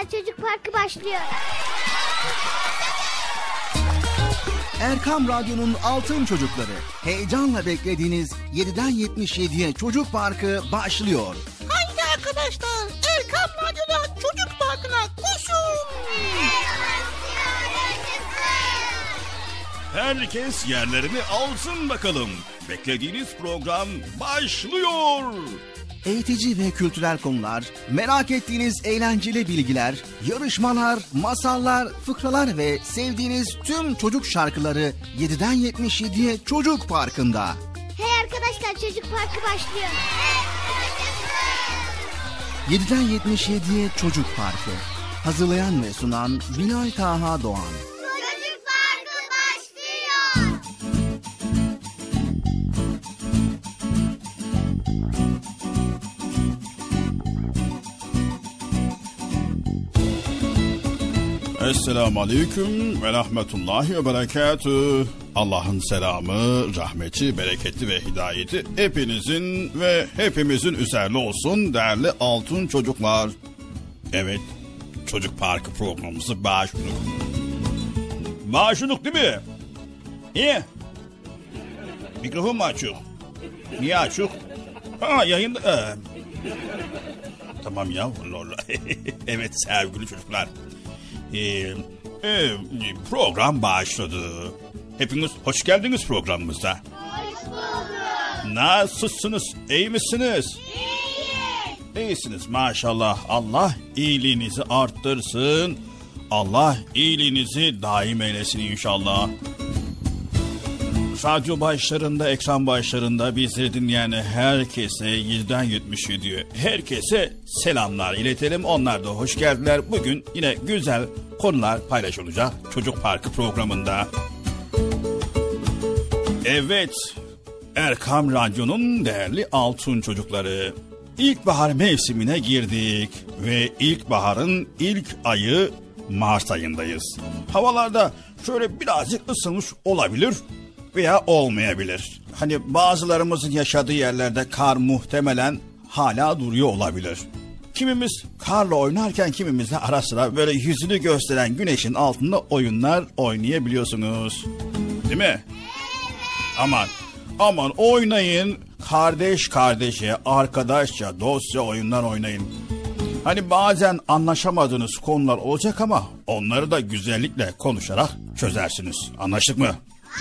Çocuk Parkı başlıyor. Erkam Radyo'nun Altın Çocukları. Heyecanla beklediğiniz 7'den 77'ye Çocuk Parkı başlıyor. Haydi arkadaşlar, Erkam Radyo'da Çocuk Parkı'na koşun. Herkes yerlerini alsın bakalım. Beklediğiniz program başlıyor. Eğitici ve kültürel konular, merak ettiğiniz eğlenceli bilgiler, yarışmalar, masallar, fıkralar ve sevdiğiniz tüm çocuk şarkıları 7'den 77'ye Çocuk Parkı'nda. Hey arkadaşlar, Çocuk Parkı başlıyor. 7'den 77'ye Çocuk Parkı. Hazırlayan ve sunan Binay Taha Doğan. Çocuk Parkı başlıyor. Esselamu Aleyküm ve Rahmetullahi ve Berekatüh. Allah'ın selamı, rahmeti, bereketi ve hidayeti hepinizin ve hepimizin üzerine olsun değerli altın çocuklar. Evet, Çocuk Parkı programımızı başladık. Başladık değil mi? İyi. Mikrofon mu açık? Niye açık? Ha, yayında. Tamam ya. Evet sevgili çocuklar. Program başladı. Hepiniz hoş geldiniz programımıza. Hoş bulduk. Nasılsınız? İyi misiniz? İyiyiz. İyisiniz maşallah. Allah iyiliğinizi arttırsın. Allah iyiliğinizi daim eylesin inşallah. Radyo başlarında, ekran başlarında bizleri dinleyen herkese 7'den 77'ye herkese selamlar iletelim. Onlar da hoş geldiler. Bugün yine güzel konular paylaşılacak Çocuk Parkı programında. Evet, Erkam Radyo'nun değerli altın çocukları. İlkbahar mevsimine girdik ve ilkbaharın ilk ayı Mart ayındayız. Havalarda şöyle birazcık ısınmış olabilir veya olmayabilir. Hani bazılarımızın yaşadığı yerlerde kar muhtemelen hala duruyor olabilir. Kimimiz karla oynarken kimimiz de ara sıra böyle yüzünü gösteren güneşin altında oyunlar oynayabiliyorsunuz. Değil mi? Aman oynayın. Kardeş kardeşe, arkadaşça, dostça oyunlar oynayın. Hani bazen anlaşamadığınız konular olacak ama onları da güzellikle konuşarak çözersiniz. Anlaştık mı?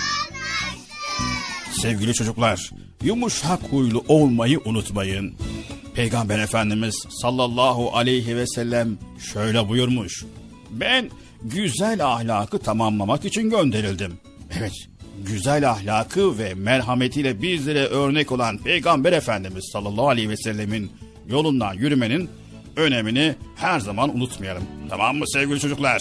Sevgili çocuklar, yumuşak huylu olmayı unutmayın. Peygamber Efendimiz sallallahu aleyhi ve sellem şöyle buyurmuş. Ben güzel ahlakı tamamlamak için gönderildim. Evet, güzel ahlakı ve merhametiyle bizlere örnek olan Peygamber Efendimiz sallallahu aleyhi ve sellemin yolundan yürümenin önemini her zaman unutmayalım. Tamam mı sevgili çocuklar?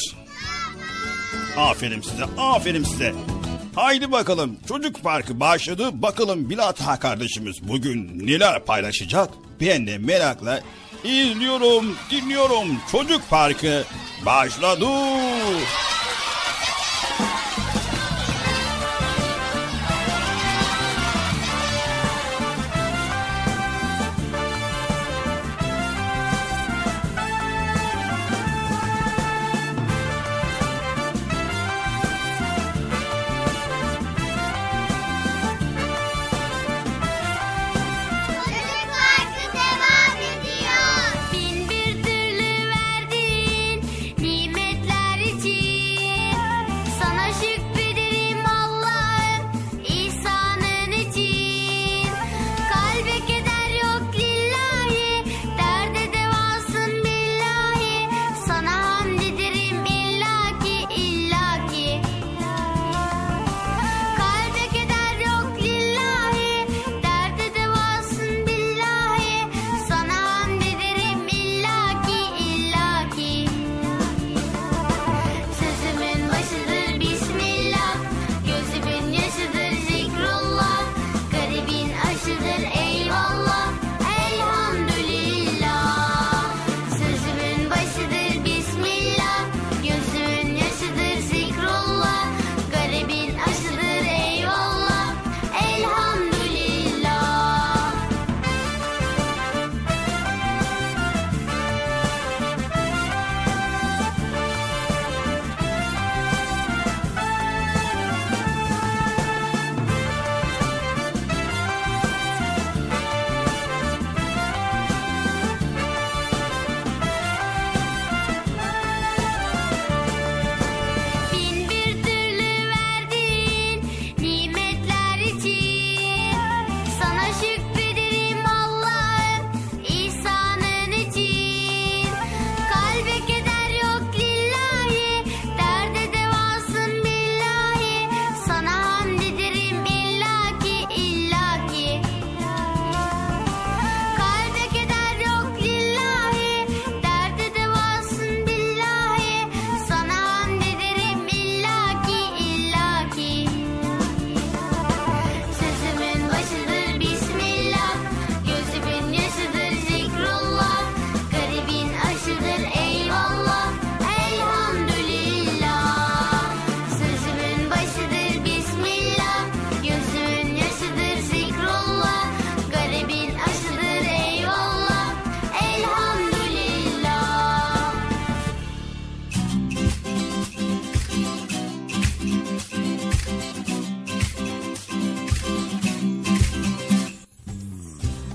Aferin size. Haydi bakalım, Çocuk Parkı başladı. Bakalım Bilata kardeşimiz bugün neler paylaşacak? Ben de merakla izliyorum, dinliyorum. Çocuk Parkı başladı. Bin bir türlü verdiğin nimetler için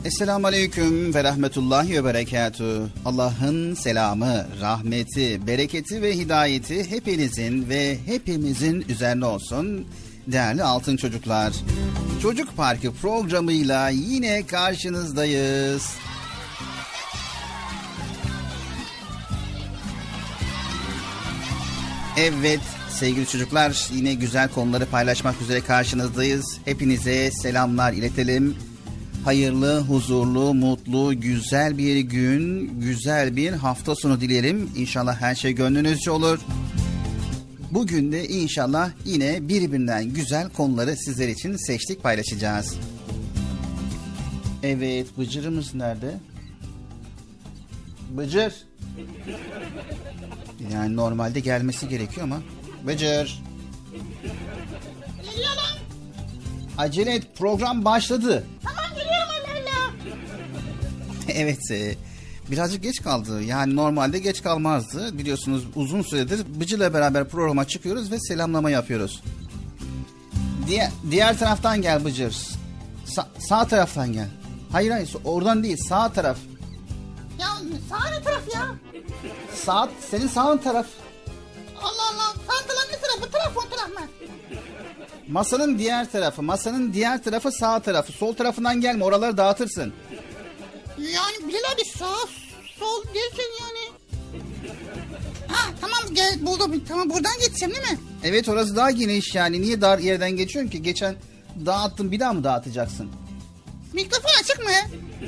Esselamu Aleyküm ve Rahmetullahi ve Berekatuhu. Allah'ın selamı, rahmeti, bereketi ve hidayeti hepinizin ve hepimizin üzerine olsun. Değerli altın çocuklar, Çocuk Parkı programıyla yine karşınızdayız. Evet sevgili çocuklar, yine güzel konuları paylaşmak üzere karşınızdayız. Hepinize selamlar iletelim. Hayırlı, huzurlu, mutlu, güzel bir gün, güzel bir hafta sonu dileyelim. İnşallah her şey gönlünüzce olur. Bugün de inşallah yine birbirinden güzel konuları sizler için seçtik, paylaşacağız. Evet, Bıcır'ımız nerede? Bıcır. Yani normalde gelmesi gerekiyor ama. Bıcır. Geliyorum. Acele et, program başladı. Tamam geliyorum Allah. Evet, birazcık geç kaldı. Yani normalde geç kalmazdı. Biliyorsunuz uzun süredir Bıcır'la beraber programa çıkıyoruz ve selamlama yapıyoruz. Diğer taraftan gel Bıcır. Sağ taraftan gel. Hayır, oradan değil, sağ taraf. Ya sağ ne taraf ya? Sağ, senin sağın taraf. Allah Allah. Sağ taraf ne taraf? Bu taraf o taraf mı? Masanın diğer tarafı sağ tarafı. Sol tarafından gelme, oraları dağıtırsın. Yani Bilal abi sağ sol derken yani. Ha tamam gel buldum. Tamam buradan geçeceğim değil mi? Evet, orası daha geniş yani. Niye dar yerden geçiyorsun ki? Geçen dağıttın, bir daha mı dağıtacaksın? Mikrofon açık mı?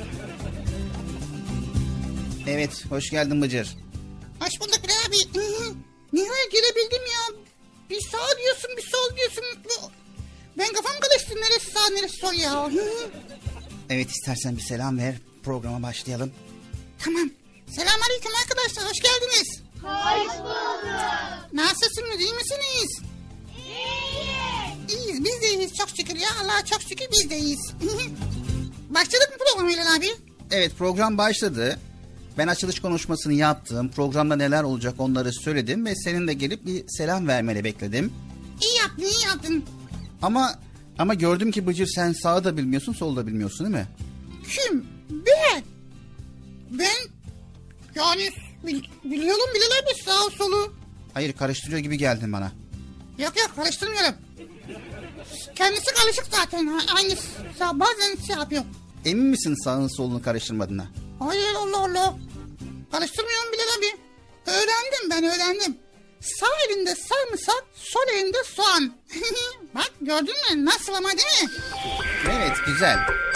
Evet, hoş geldin Bıcır. Hoş bulduk Bilal abi. Nihayet gelebildim ya. Bir sağ diyorsun bir sol diyorsun. Ben kafam karıştı, neresi sağ neresi sol ya. Evet, istersen bir selam ver. Programa başlayalım. Tamam. Selamünaleyküm arkadaşlar, hoş geldiniz. Hoş bulduk. Nasılsınız, iyi misiniz? İyiyiz. İyiyiz, biz de iyiyiz çok şükür ya. Allah'a çok şükür biz de iyiyiz. Başladık mı programa Bilal abi? Evet, program başladı. Ben açılış konuşmasını yaptım. Programda neler olacak onları söyledim ve senin de gelip bir selam vermeni bekledim. İyi yaptın, iyi yaptın. Ama gördüm ki Bıcır, sen sağı da bilmiyorsun, solu da bilmiyorsun değil mi? Kim? Ben? Ben yani biliyorum Bilal abi sağ solu. Hayır, karıştırıyor gibi geldin bana. Yok karıştırmıyorum. Kendisi karışık zaten. Aynı sağ, bazen şey yapıyor. Emin misin sağın solunu karıştırmadığına? Hayır Allah. Karıştırmıyorum Bilal abi. Öğrendim. Sağ elinde sarımsak, sol elinde soğan. Bak gördün mü nasıl ama değil mi? Evet, güzel.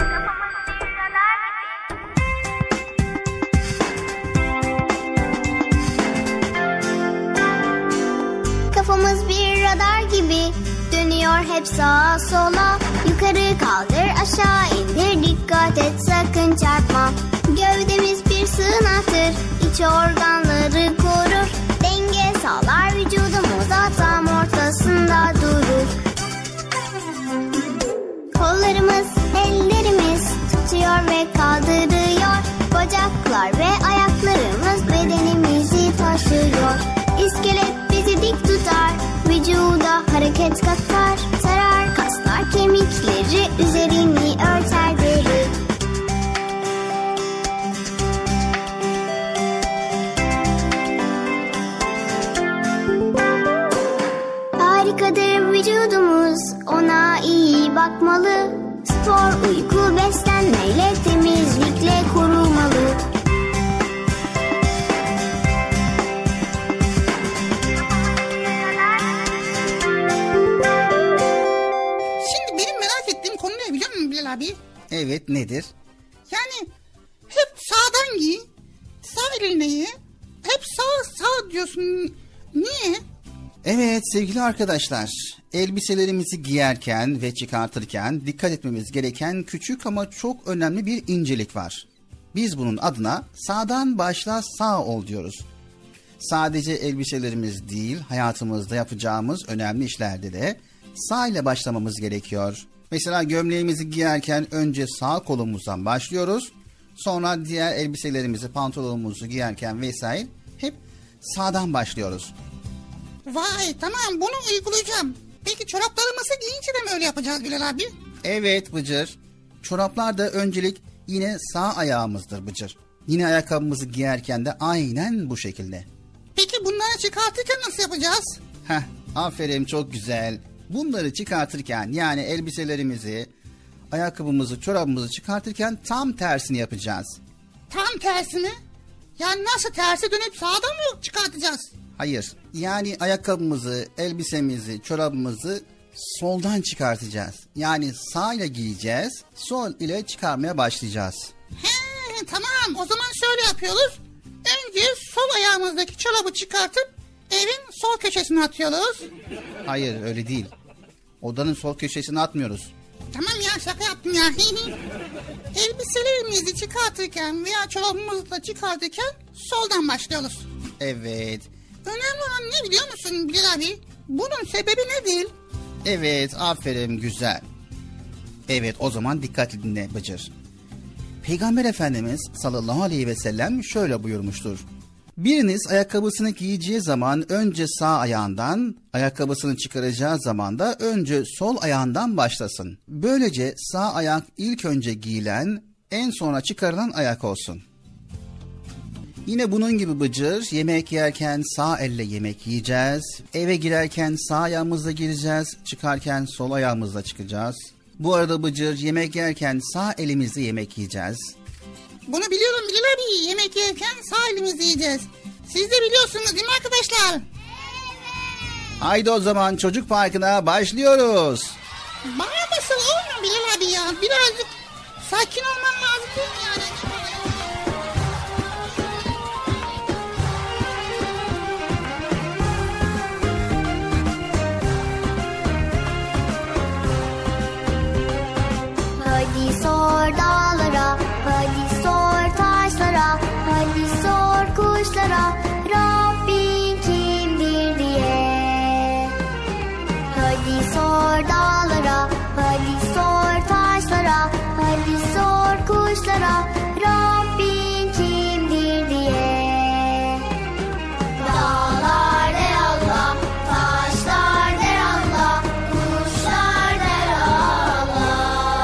Kafamız bir radar gibi dönüyor hep sağa sola. Yukarı kaldır aşağı indir, dikkat et sakın çarpma. Gövdemiz bir sığınaktır, iç organları korur. Denge sağlar vücudumuza, tam ortasında durur. Kollarımız, ellerimiz tutuyor ve kaldırıyor. Bacaklar ve ayaklarımız bedenimizi taşıyor. İskelet bizi dik tutar, vücuda hareket katar. Sarar kaslar kemikleri, üzerini örter deri. Harikadır vücudumuz, ona iyi bakmalı. Spor, uyku, beslenmeyle, temizlikle korunmalı. Şimdi benim merak ettiğim konu ne biliyor musun Bilal abi? Evet, nedir? Yani hep sağdan giy, sağ eline ye. Hep sağ diyorsun. Niye? Evet sevgili arkadaşlar, elbiselerimizi giyerken ve çıkartırken dikkat etmemiz gereken küçük ama çok önemli bir incelik var. Biz bunun adına sağdan başla sağ ol diyoruz. Sadece elbiselerimiz değil, hayatımızda yapacağımız önemli işlerde de sağ ile başlamamız gerekiyor. Mesela gömleğimizi giyerken önce sağ kolumuzdan başlıyoruz. Sonra diğer elbiselerimizi, pantolonumuzu giyerken vesaire hep sağdan başlıyoruz. Vay tamam, bunu uygulayacağım. Peki çoraplarımızı giyince de mi öyle yapacağız Bilal abi? Evet Bıcır. Çoraplar da öncelik yine sağ ayağımızdır Bıcır. Yine ayakkabımızı giyerken de aynen bu şekilde. Peki bunları çıkartırken nasıl yapacağız? Aferin, çok güzel. Bunları çıkartırken, yani elbiselerimizi, ayakkabımızı, çorabımızı çıkartırken tam tersini yapacağız. Tam tersi mi? Yani nasıl, tersi dönüp sağdan mı çıkartacağız? Hayır, yani ayakkabımızı, elbisemizi, çorabımızı soldan çıkartacağız. Yani sağ ile giyeceğiz, sol ile çıkarmaya başlayacağız. Tamam, o zaman şöyle yapıyoruz. Önce sol ayağımızdaki çorabı çıkartıp evin sol köşesine atıyoruz. Hayır, öyle değil. Odanın sol köşesine atmıyoruz. Tamam ya, şaka yaptım ya. Elbiselerimizi çıkartırken veya çorabımızı da çıkartırken soldan başlıyoruz. Evet. Önemli olan ne biliyor musun Bilal abi? Bunun sebebi nedir? Evet, aferin, güzel. Evet, o zaman dikkatli dinle Bıcır. Peygamber Efendimiz sallallahu aleyhi ve sellem şöyle buyurmuştur. Biriniz ayakkabısını giyeceği zaman önce sağ ayağından, ayakkabısını çıkaracağı zaman da önce sol ayağından başlasın. Böylece sağ ayak ilk önce giyilen, en sonra çıkarılan ayak olsun. Yine bunun gibi Bıcır, yemek yerken sağ elle yemek yiyeceğiz. Eve girerken sağ ayağımızla gireceğiz, çıkarken sol ayağımızla çıkacağız. Bu arada Bıcır, yemek yerken sağ elimizle yemek yiyeceğiz. Bunu biliyorum Bilal abi. Yemek yerken sağ elimizi yiyeceğiz. Siz de biliyorsunuz değil mi arkadaşlar? Haydi o zaman çocuk parkına başlıyoruz. Bana nasıl olmuyor Bilal abi ya? Birazcık sakin olman lazım değil mi yani? Hadi sor dağlara, hadi sor taşlara, hadi sor kuşlara, Rabbin kimdir diye. Hadi sor dağlara, hadi sor taşlara, hadi sor kuşlara, Rabbin kimdir diye. Dağlar der Allah, taşlar der Allah, kuşlar der Allah.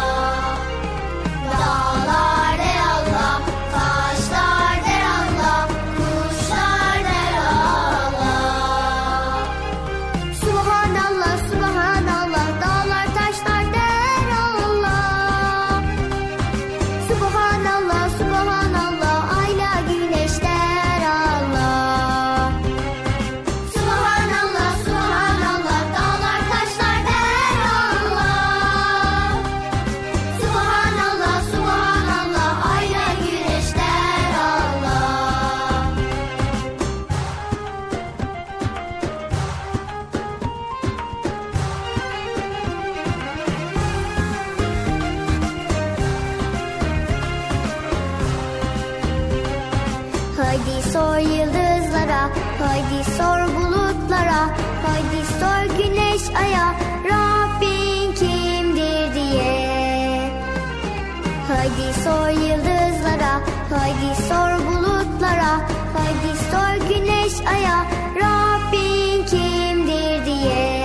Dağlar der Allah, taşlar der Allah, kuşlar der Allah. Subhanallah, subhanallah, dağlar taşlar der Allah. Subhanallah, subhanallah, ayla güneş der Allah. Subhanallah, subhanallah, dağlar taşlar der Allah. Subhanallah, subhanallah, ayla güneş der Allah. Hadi sor yıldızlara, hadi sor bulutlara, hadi sor güneş aya, Rabbin kimdir diye. Hadi sor yıldızlara, hadi sor bulutlara, hadi sor güneş aya, Rabbin kimdir diye.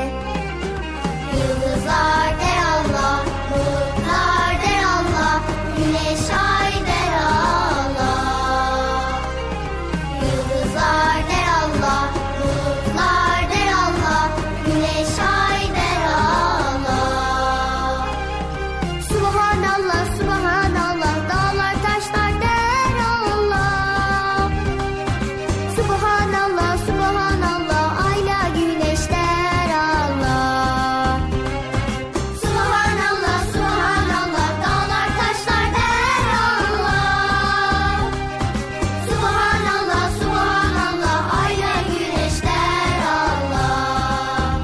Yıldızlar der Allah, bulutlar der Allah, güneş ay der Allah. Yıldızlar der Allah, bulutlar der Allah, güneş ay der Allah. Subhanallah, subhanallah, dağlar taşlar der Allah. Subhanallah, subhanallah, ayla güneş der Allah. Subhanallah, subhanallah, dağlar taşlar der Allah. Subhanallah, subhanallah, ayla güneş der Allah.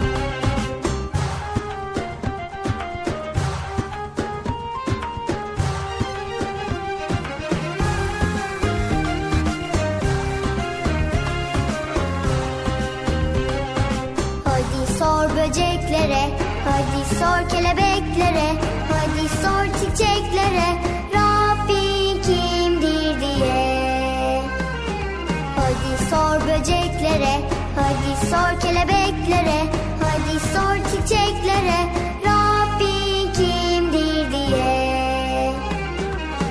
Hadi sor böceklere, hadi sor kelebeklere, hadi sor çiçeklere, Rabbin kimdir diye. Hadi sor böceklere, hadi sor kelebeklere, hadi sor çiçeklere, Rabbin kimdir diye.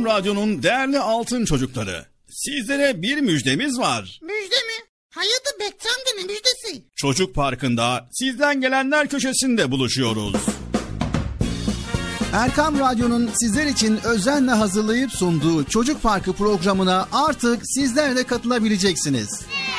Erkam Radyo'nun değerli altın çocukları, sizlere bir müjdemiz var. Müjde mi? Hayırdır Bekçi amca, ne müjdesi? Çocuk Parkı'nda sizden gelenler köşesinde buluşuyoruz. Erkam Radyo'nun sizler için özenle hazırlayıp sunduğu Çocuk Parkı programına artık sizler de katılabileceksiniz.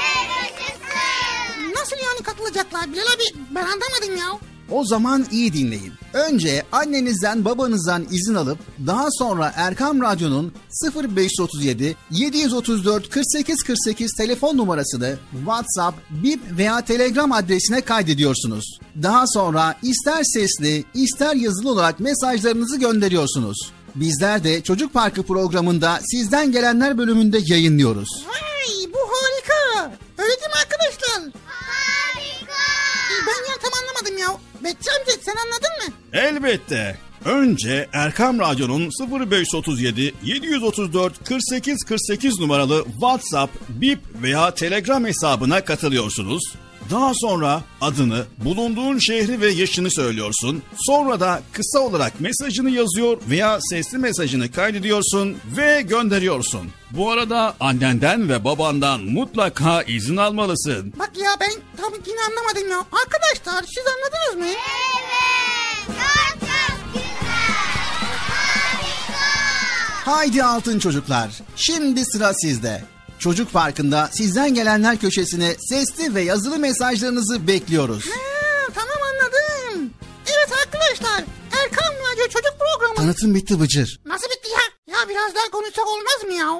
Nasıl yani katılacaklar Bilal abi? Ben anlamadım ya. O zaman iyi dinleyin. Önce annenizden babanızdan izin alıp daha sonra Erkam Radyo'nun 0537 734 48 48 telefon numarasını WhatsApp, Bip veya Telegram adresine kaydediyorsunuz. Daha sonra ister sesli ister yazılı olarak mesajlarınızı gönderiyorsunuz. Bizler de Çocuk Parkı programında sizden gelenler bölümünde yayınlıyoruz. Vay, bu harika. Öyle değil mi arkadaşlar? Harika. Ben ya tam anlamadım ya. Bekçi amca sen anladın mı? Elbette. Önce Erkam Radyo'nun 0537 734 48 48 numaralı WhatsApp, Bip veya Telegram hesabına katılıyorsunuz. Daha sonra adını, bulunduğun şehri ve yaşını söylüyorsun. Sonra da kısa olarak mesajını yazıyor veya sesli mesajını kaydediyorsun ve gönderiyorsun. Bu arada annenden ve babandan mutlaka izin almalısın. Bak ya ben tam yine anlamadım ya. Arkadaşlar siz anladınız mı? Evet. Çok güzel. Harika. Haydi altın çocuklar, şimdi sıra sizde. Çocuk Parkı'nda sizden gelenler köşesine sesli ve yazılı mesajlarınızı bekliyoruz. Tamam anladım. Evet arkadaşlar, Erkam Radyo Çocuk Programı. Tanıtım bitti Bıcır. Nasıl bitti ya? Ya biraz daha konuşsak olmaz mı ya?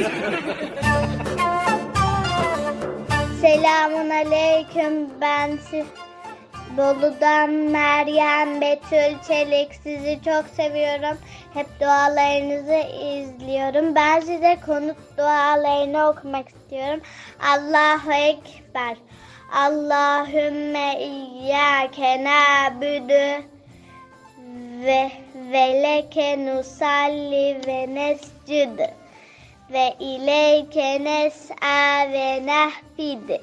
Selamun aleyküm, ben Bolu'dan Meryem Betül Çelik. Sizi çok seviyorum. Hep dualarınızı izliyorum. Ben size konut dualarını okumak istiyorum. Allahu Ekber. Allahümme iyyâke na'budu ve leke nusalli ve nescud ve ileyke nes'a ve nehfid.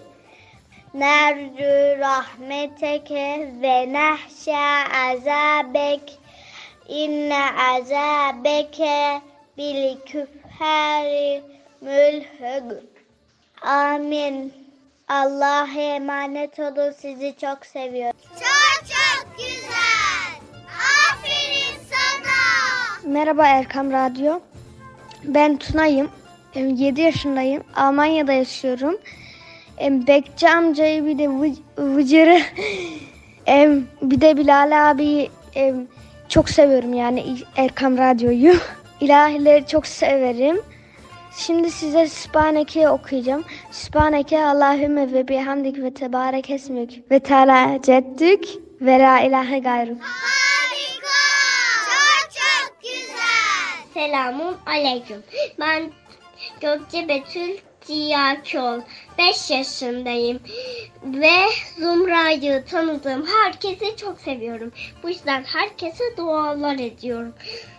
Nercu rahmeteke ve nehşâ azabek. İnne azabeke bil küffâri mülhüg. Amin. Allah'a emanet olun. Sizi çok seviyorum. Çok güzel. Aferin sana. Merhaba Erkam Radyo. Ben Tuna'yım. 7 yaşındayım. Almanya'da yaşıyorum. Bekçi amcayı bir de Vıcır'ı bir de Bilal abi çok seviyorum yani Erkam Radyo'yu. İlahileri çok severim. Şimdi size Sübhaneke okuyacağım. Sübhaneke Allahümme ve bihamdik ve tebarek esmük ve teala ceddük ve la ilahe gayruk. Harika. Çok güzel. Selamun aleyküm. Ben Gökçe Betül Ziyakol. 5 yaşındayım. Ve Zumra'yı tanıdığım herkesi çok seviyorum. Bu yüzden herkese dualar ediyorum.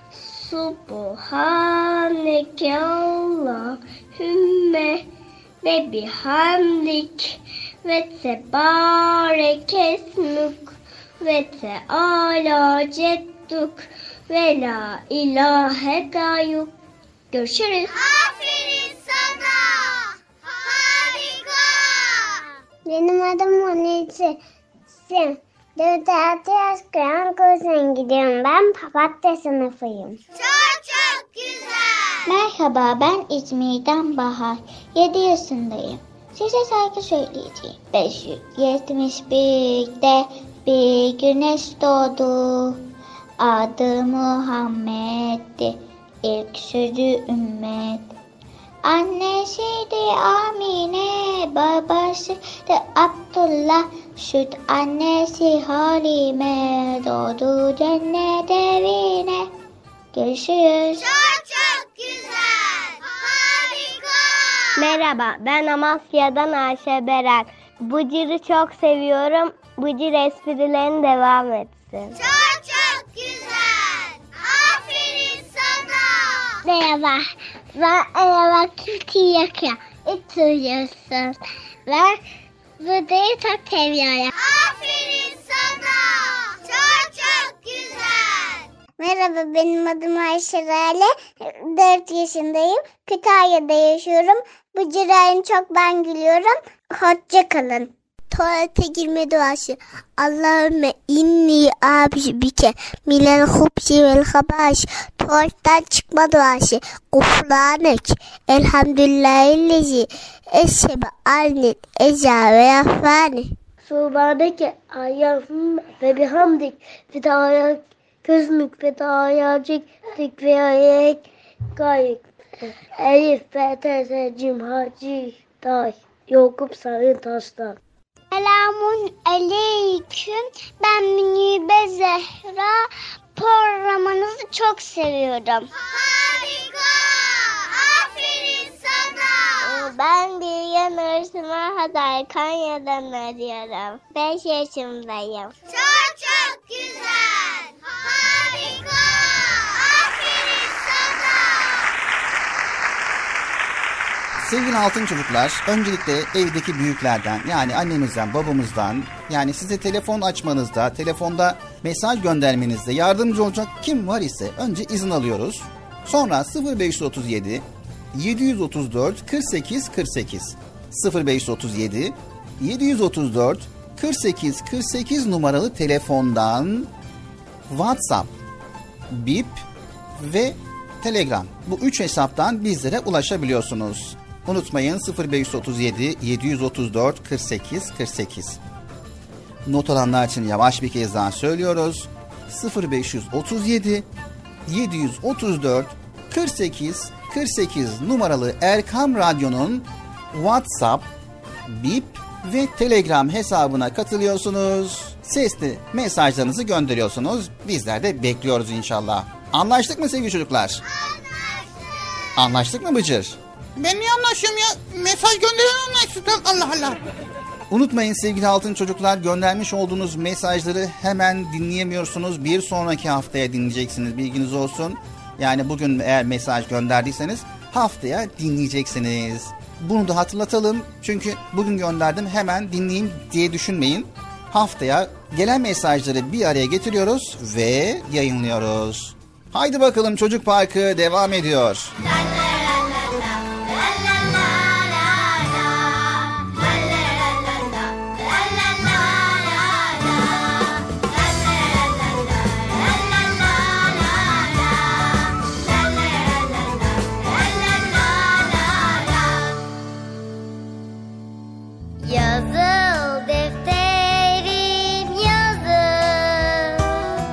Subhaneke Allahümme ve bihamdik ve tebarek esmük ve teala cedduk ve la ilahe gayruk. Görüşürüz. Aferin sana. Harika. Benim adım Monique. 4-6 yaş Kur'an kursuna gidiyorum. Ben papatya sınıfıyım. Çok güzel. Merhaba, ben İzmir'den Bahar. 7 yaşındayım. Size şarkı söyleyeceğim. 571'de bir güneş doğdu. Adı Muhammed'di. İlk sözü ümmet. Annesi de Amine, babası da Abdullah. Süt annesi Halime, doğdu cennet evine. Görüşürüz. Çok güzel. Harika. Merhaba, ben Amasya'dan Ayşe Beren. Bıcır'ı çok seviyorum. Bıcır esprilerini devam etsin. Çok güzel. Aferin sana. Merhaba, ben Türkiye'ye oturuyorsun. Ben Bıcır'ı çok seviyorum. Aferin sana. Çok güzel. Merhaba, benim adım Ayşe Rale. 4 yaşındayım. Kütahya'da yaşıyorum. Bu cirayın çok ben gülüyorum. Hoşça kalın. Tuvalete girme duası. Allahümme inni abibike minel hubsi vel habaş. Tuvaletten çıkma duası. Gufranek. Elhamdülillahillezi eşhebe alnit eza ve yafani. Subhaneke ayyahum ve bihamdik fidaya gözmük fidaya ciklik ve ayek gayek elif ve teze cimhacı day yokup sarı taştan. Selamun aleyküm, ben Münibe Zehra, programınızı çok seviyorum. Harika, aferin sana. Ben Bilge Nursema Haday, Konya'dan arıyorum. 5 yaşındayım. Çok güzel, harika, aferin sana. Sevgili altın çocuklar, öncelikle evdeki büyüklerden, yani annemizden, babamızdan, yani size telefon açmanızda, telefonda mesaj göndermenizde yardımcı olacak kim var ise önce izin alıyoruz. Sonra 0537 734 48 48 0537 734 48 48 numaralı telefondan WhatsApp, Bip ve Telegram, bu 3 hesaptan bizlere ulaşabiliyorsunuz. Unutmayın, 0537 734 48 48. Not alanlar için yavaş bir kez daha söylüyoruz. 0537 734 48 48 numaralı Erkam Radyo'nun WhatsApp, Bip ve Telegram hesabına katılıyorsunuz. Sesli mesajlarınızı gönderiyorsunuz. Bizler de bekliyoruz inşallah. Anlaştık mı sevgili çocuklar? Anlaştık mı Bıcır? Ben niye anlaşıyorum ya? Mesaj gönderen anlaşsın. Allah Allah. Unutmayın sevgili altın çocuklar, göndermiş olduğunuz mesajları hemen dinleyemiyorsunuz. Bir sonraki haftaya dinleyeceksiniz, bilginiz olsun. Yani bugün eğer mesaj gönderdiyseniz haftaya dinleyeceksiniz. Bunu da hatırlatalım. Çünkü bugün gönderdim, hemen dinleyeyim diye düşünmeyin. Haftaya gelen mesajları bir araya getiriyoruz ve yayınlıyoruz. Haydi bakalım, Çocuk Parkı devam ediyor. Yazıl defterim yazıl,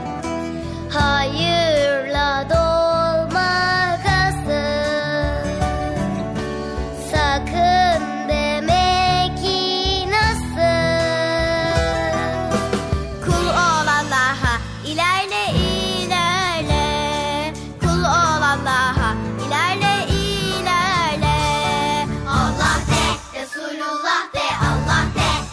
hayırla dolmakasın. Sakın deme ki nasıl. Kul ol Allah'a ilerle ilerle. Kul ol Allah'a ilerle ilerle. Allah de, Resulullah de, Allah de.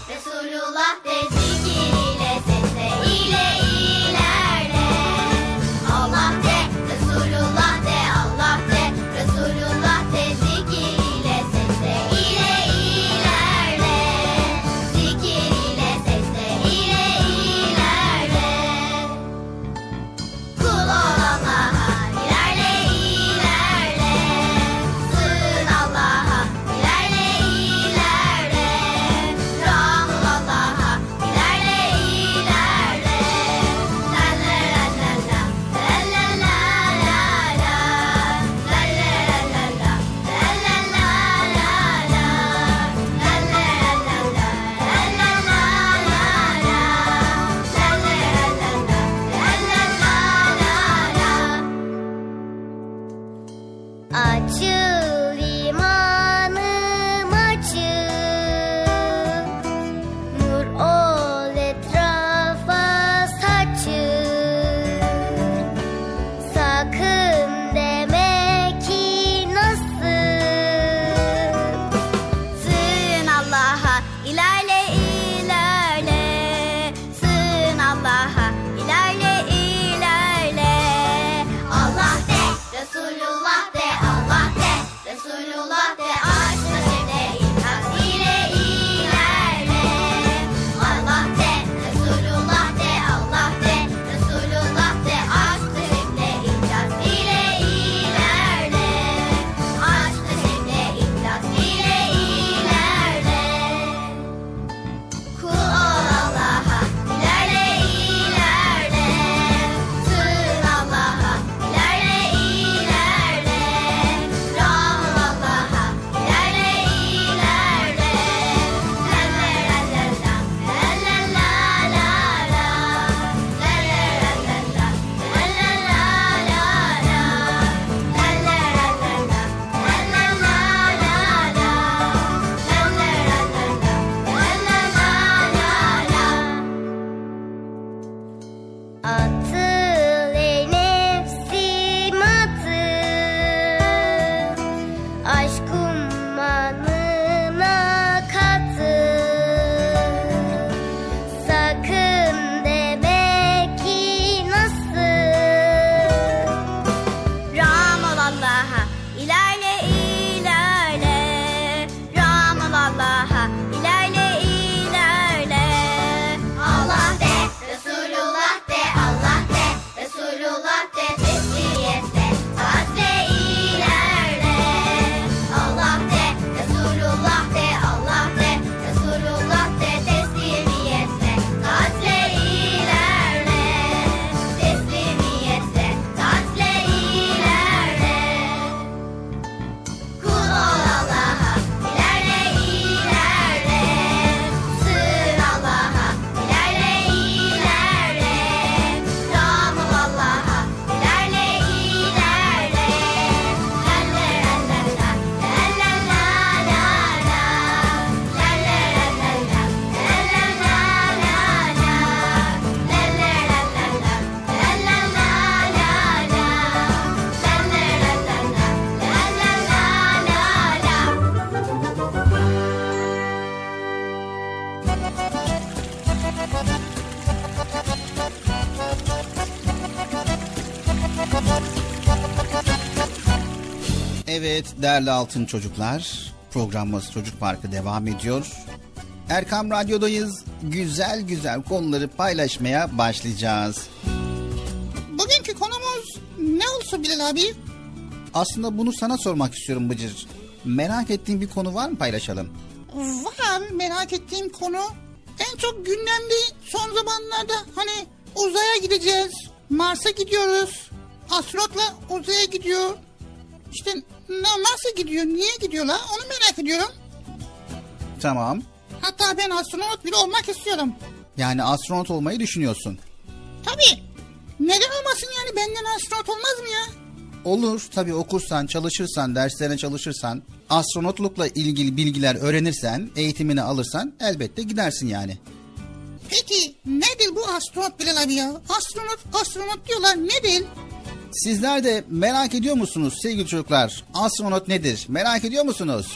Evet değerli altın çocuklar, programımız Çocuk Parkı devam ediyor. Erkam Radyo'dayız. Güzel güzel konuları paylaşmaya başlayacağız. Bugünkü konumuz ne olsun Bilal abi? Aslında bunu sana sormak istiyorum Bıcır. Merak ettiğin bir konu var mı, paylaşalım? Var, merak ettiğim konu. En çok gündemde son zamanlarda hani uzaya gideceğiz. Mars'a gidiyoruz. Astronotla uzaya gidiyor. İşte nasıl gidiyor, niye gidiyorlar onu merak ediyorum. Tamam. Hatta ben astronot bile olmak istiyorum. Yani astronot olmayı düşünüyorsun. Tabii. Neden olmasın yani, benden astronot olmaz mı ya? Olur tabii, okursan, çalışırsan, derslerine çalışırsan, astronotlukla ilgili bilgiler öğrenirsen, eğitimini alırsan elbette gidersin yani. Peki nedir bu astronot Bilal abi ya? Astronot diyorlar, nedir? Sizler de merak ediyor musunuz sevgili çocuklar? Astronot nedir? Merak ediyor musunuz?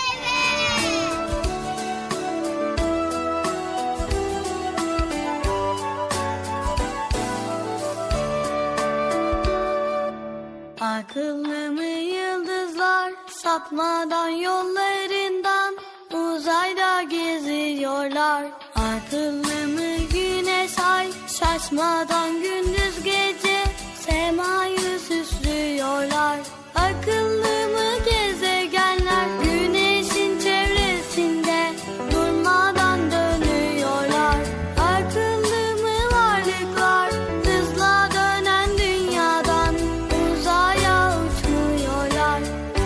Akıllı mı yıldızlar sapmadan yollarından uzayda geziyorlar. Akıllı mı güneş ay şaşmadan gündüz gece semayı süslüyorlar. Akıllı mı gezegenler güneşin çevresinde durmadan dönüyorlar. Akıllı mı varlıklar hızla dönen dünyadan uzaya uçmuyorlar.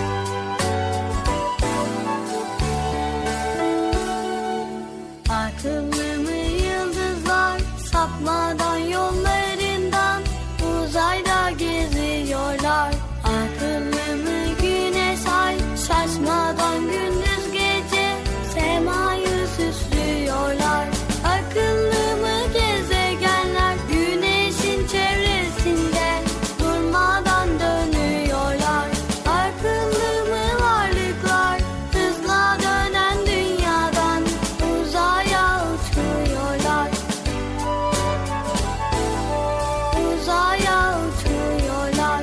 Akıllı mı yıldızlar sapmadan yollarından uzayda geziyorlar. Akıllı mı güneş ay şaşmadan gündüz gece semayı süslüyorlar. Akıllı mı gezegenler güneşin çevresinde durmadan dönüyorlar. Akıllı mı varlıklar hızla dönen dünyadan uzaya uçmuyorlar. Uzaya uçmuyorlar.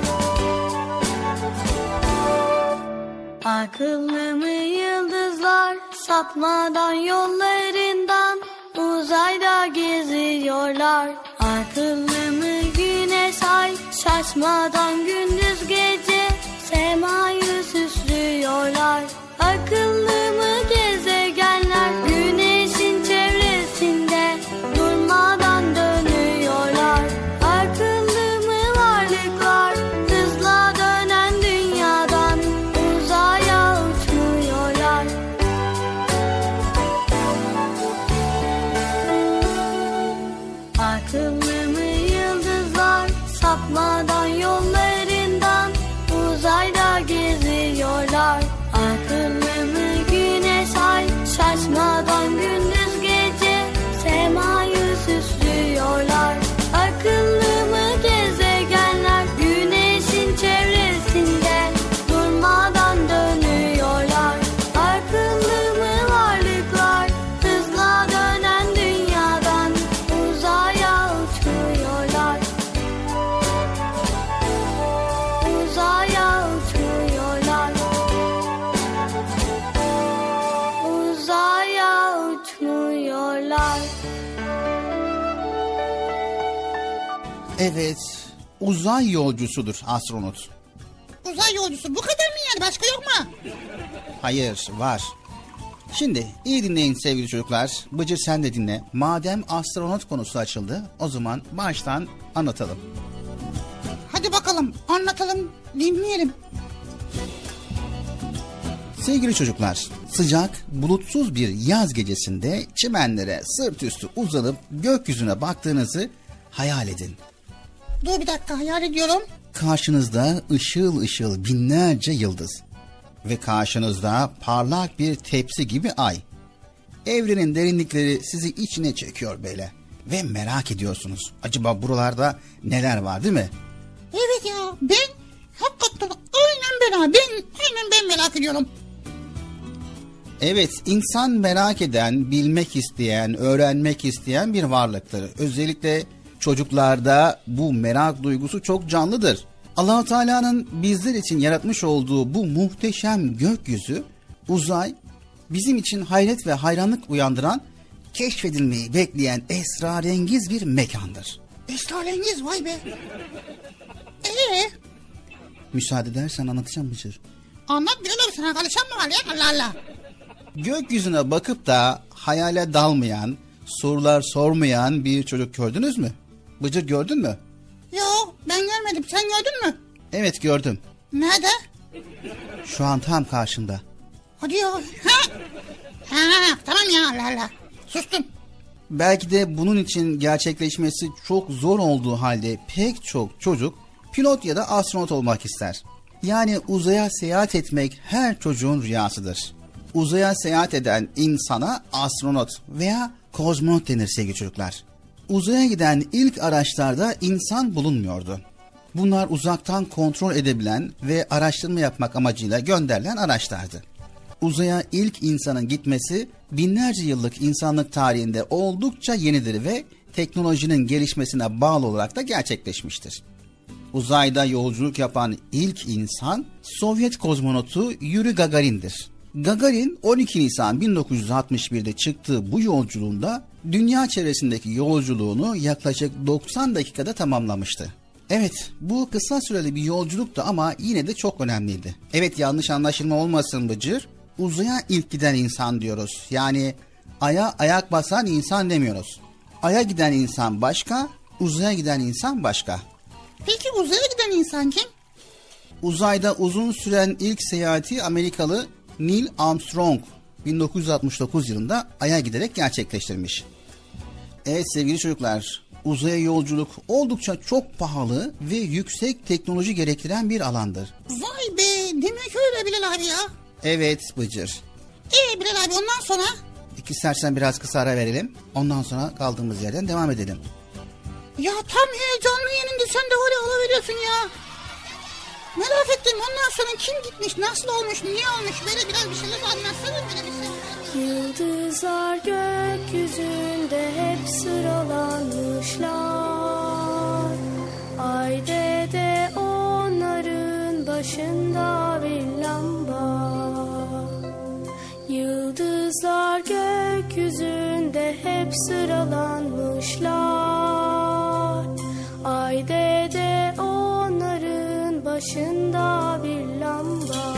Akıllı mı yıldızlar sapmadan yollarından uzayda geziyorlar. Akıllı mı güneş ay şaşmadan gündüz gece semayı süslüyorlar. Akıllı mı gezegenler güneşin çevresinde durmadan dönüyorlar. Akıllı mı varlıklar hızla dönen dünyadan uzaya uçmuyorlar. Akıllı mı yıldızlar sapmadan yollarından uzayda geziyorlar. Akıllı mı güneş ay şaşmadan gündüz gece semayı süslüyorlar. Akıllı mı gezegenler güneşin çevresinde durmadan dönüyorlar. Akıllı mı varlıklar hızla dönen dünyadan uzaya uçmuyorlar. Uzaya uçmuyorlar. Uzaya uçmuyorlar. Evet, uzay yolcusudur astronot. Uzay yolcusu bu kadar mı yani, başka yok mu? Hayır, var. Şimdi iyi dinleyin sevgili çocuklar. Bıcır sen de dinle. Madem astronot konusu açıldı, o zaman baştan anlatalım. Hadi bakalım anlatalım, dinleyelim. Sevgili çocuklar, sıcak, bulutsuz bir yaz gecesinde çimenlere sırt üstü uzanıp gökyüzüne baktığınızı hayal edin. Dur bir dakika, hayal ediyorum. Karşınızda ışıl ışıl binlerce yıldız ve karşınızda parlak bir tepsi gibi ay. Evrenin derinlikleri sizi içine çekiyor böyle ve merak ediyorsunuz. Acaba buralarda neler var, değil mi? Evet ya, ben hakikaten aynen ben merak ediyorum. Evet, insan merak eden, bilmek isteyen, öğrenmek isteyen bir varlıktır. Özellikle çocuklarda bu merak duygusu çok canlıdır. Allah-u Teala'nın bizler için yaratmış olduğu bu muhteşem gökyüzü, uzay, bizim için hayret ve hayranlık uyandıran, keşfedilmeyi bekleyen esrarengiz bir mekandır. Esrarengiz, vay be. Müsaade edersen anlatacağım Bıcır. Anlat bir oğlum, sana karışan mı var ya, Allah Allah. Gökyüzüne bakıp da hayale dalmayan, sorular sormayan bir çocuk gördünüz mü? Bıcır, gördün mü? Yo, ben görmedim, sen gördün mü? Evet, gördüm. Nerede? Şu an tam karşında. Hadi ya. Tamam ya, Allah Allah. Sustum. Belki de bunun için gerçekleşmesi çok zor olduğu halde pek çok çocuk pilot ya da astronot olmak ister. Yani uzaya seyahat etmek her çocuğun rüyasıdır. Uzaya seyahat eden insana astronot veya kozmonot denir sevgili çocuklar. Uzaya giden ilk araçlarda insan bulunmuyordu. Bunlar uzaktan kontrol edebilen ve araştırma yapmak amacıyla gönderilen araçlardı. Uzaya ilk insanın gitmesi binlerce yıllık insanlık tarihinde oldukça yenidir ve teknolojinin gelişmesine bağlı olarak da gerçekleşmiştir. Uzayda yolculuk yapan ilk insan Sovyet kozmonotu Yuri Gagarin'dir. Gagarin 12 Nisan 1961'de çıktığı bu yolculuğunda dünya çevresindeki yolculuğunu yaklaşık 90 dakikada tamamlamıştı. Evet, bu kısa süreli bir yolculuktu ama yine de çok önemliydi. Evet, yanlış anlaşılma olmasın Bıcır. Uzaya ilk giden insan diyoruz. Yani aya ayak basan insan demiyoruz. Aya giden insan başka, uzaya giden insan başka. Peki uzaya giden insan kim? Uzayda uzun süren ilk seyahati Amerikalı Neil Armstrong 1969 yılında Ay'a giderek gerçekleştirmiş. Evet sevgili çocuklar, uzaya yolculuk oldukça çok pahalı ve yüksek teknoloji gerektiren bir alandır. Vay be, demek öyle Bilal abi ya. Evet Bıcır. Bilal abi, ondan sonra? İstersen biraz kısa ara verelim. Ondan sonra kaldığımız yerden devam edelim. Ya tam heyecanlı yeninde sen de hala ala veriyorsun ya. Merak ettim, ondan sonra kim gitmiş, nasıl olmuş, niye olmuş, böyle biraz bir şeyler anlatsana bana bir şey. Yıldızlar gökyüzünde hep sıralanmışlar. Ay dede onların başında bir lamba. Yıldızlar gökyüzünde hep sıralanmışlar. Ay dede onların başında bir lamba.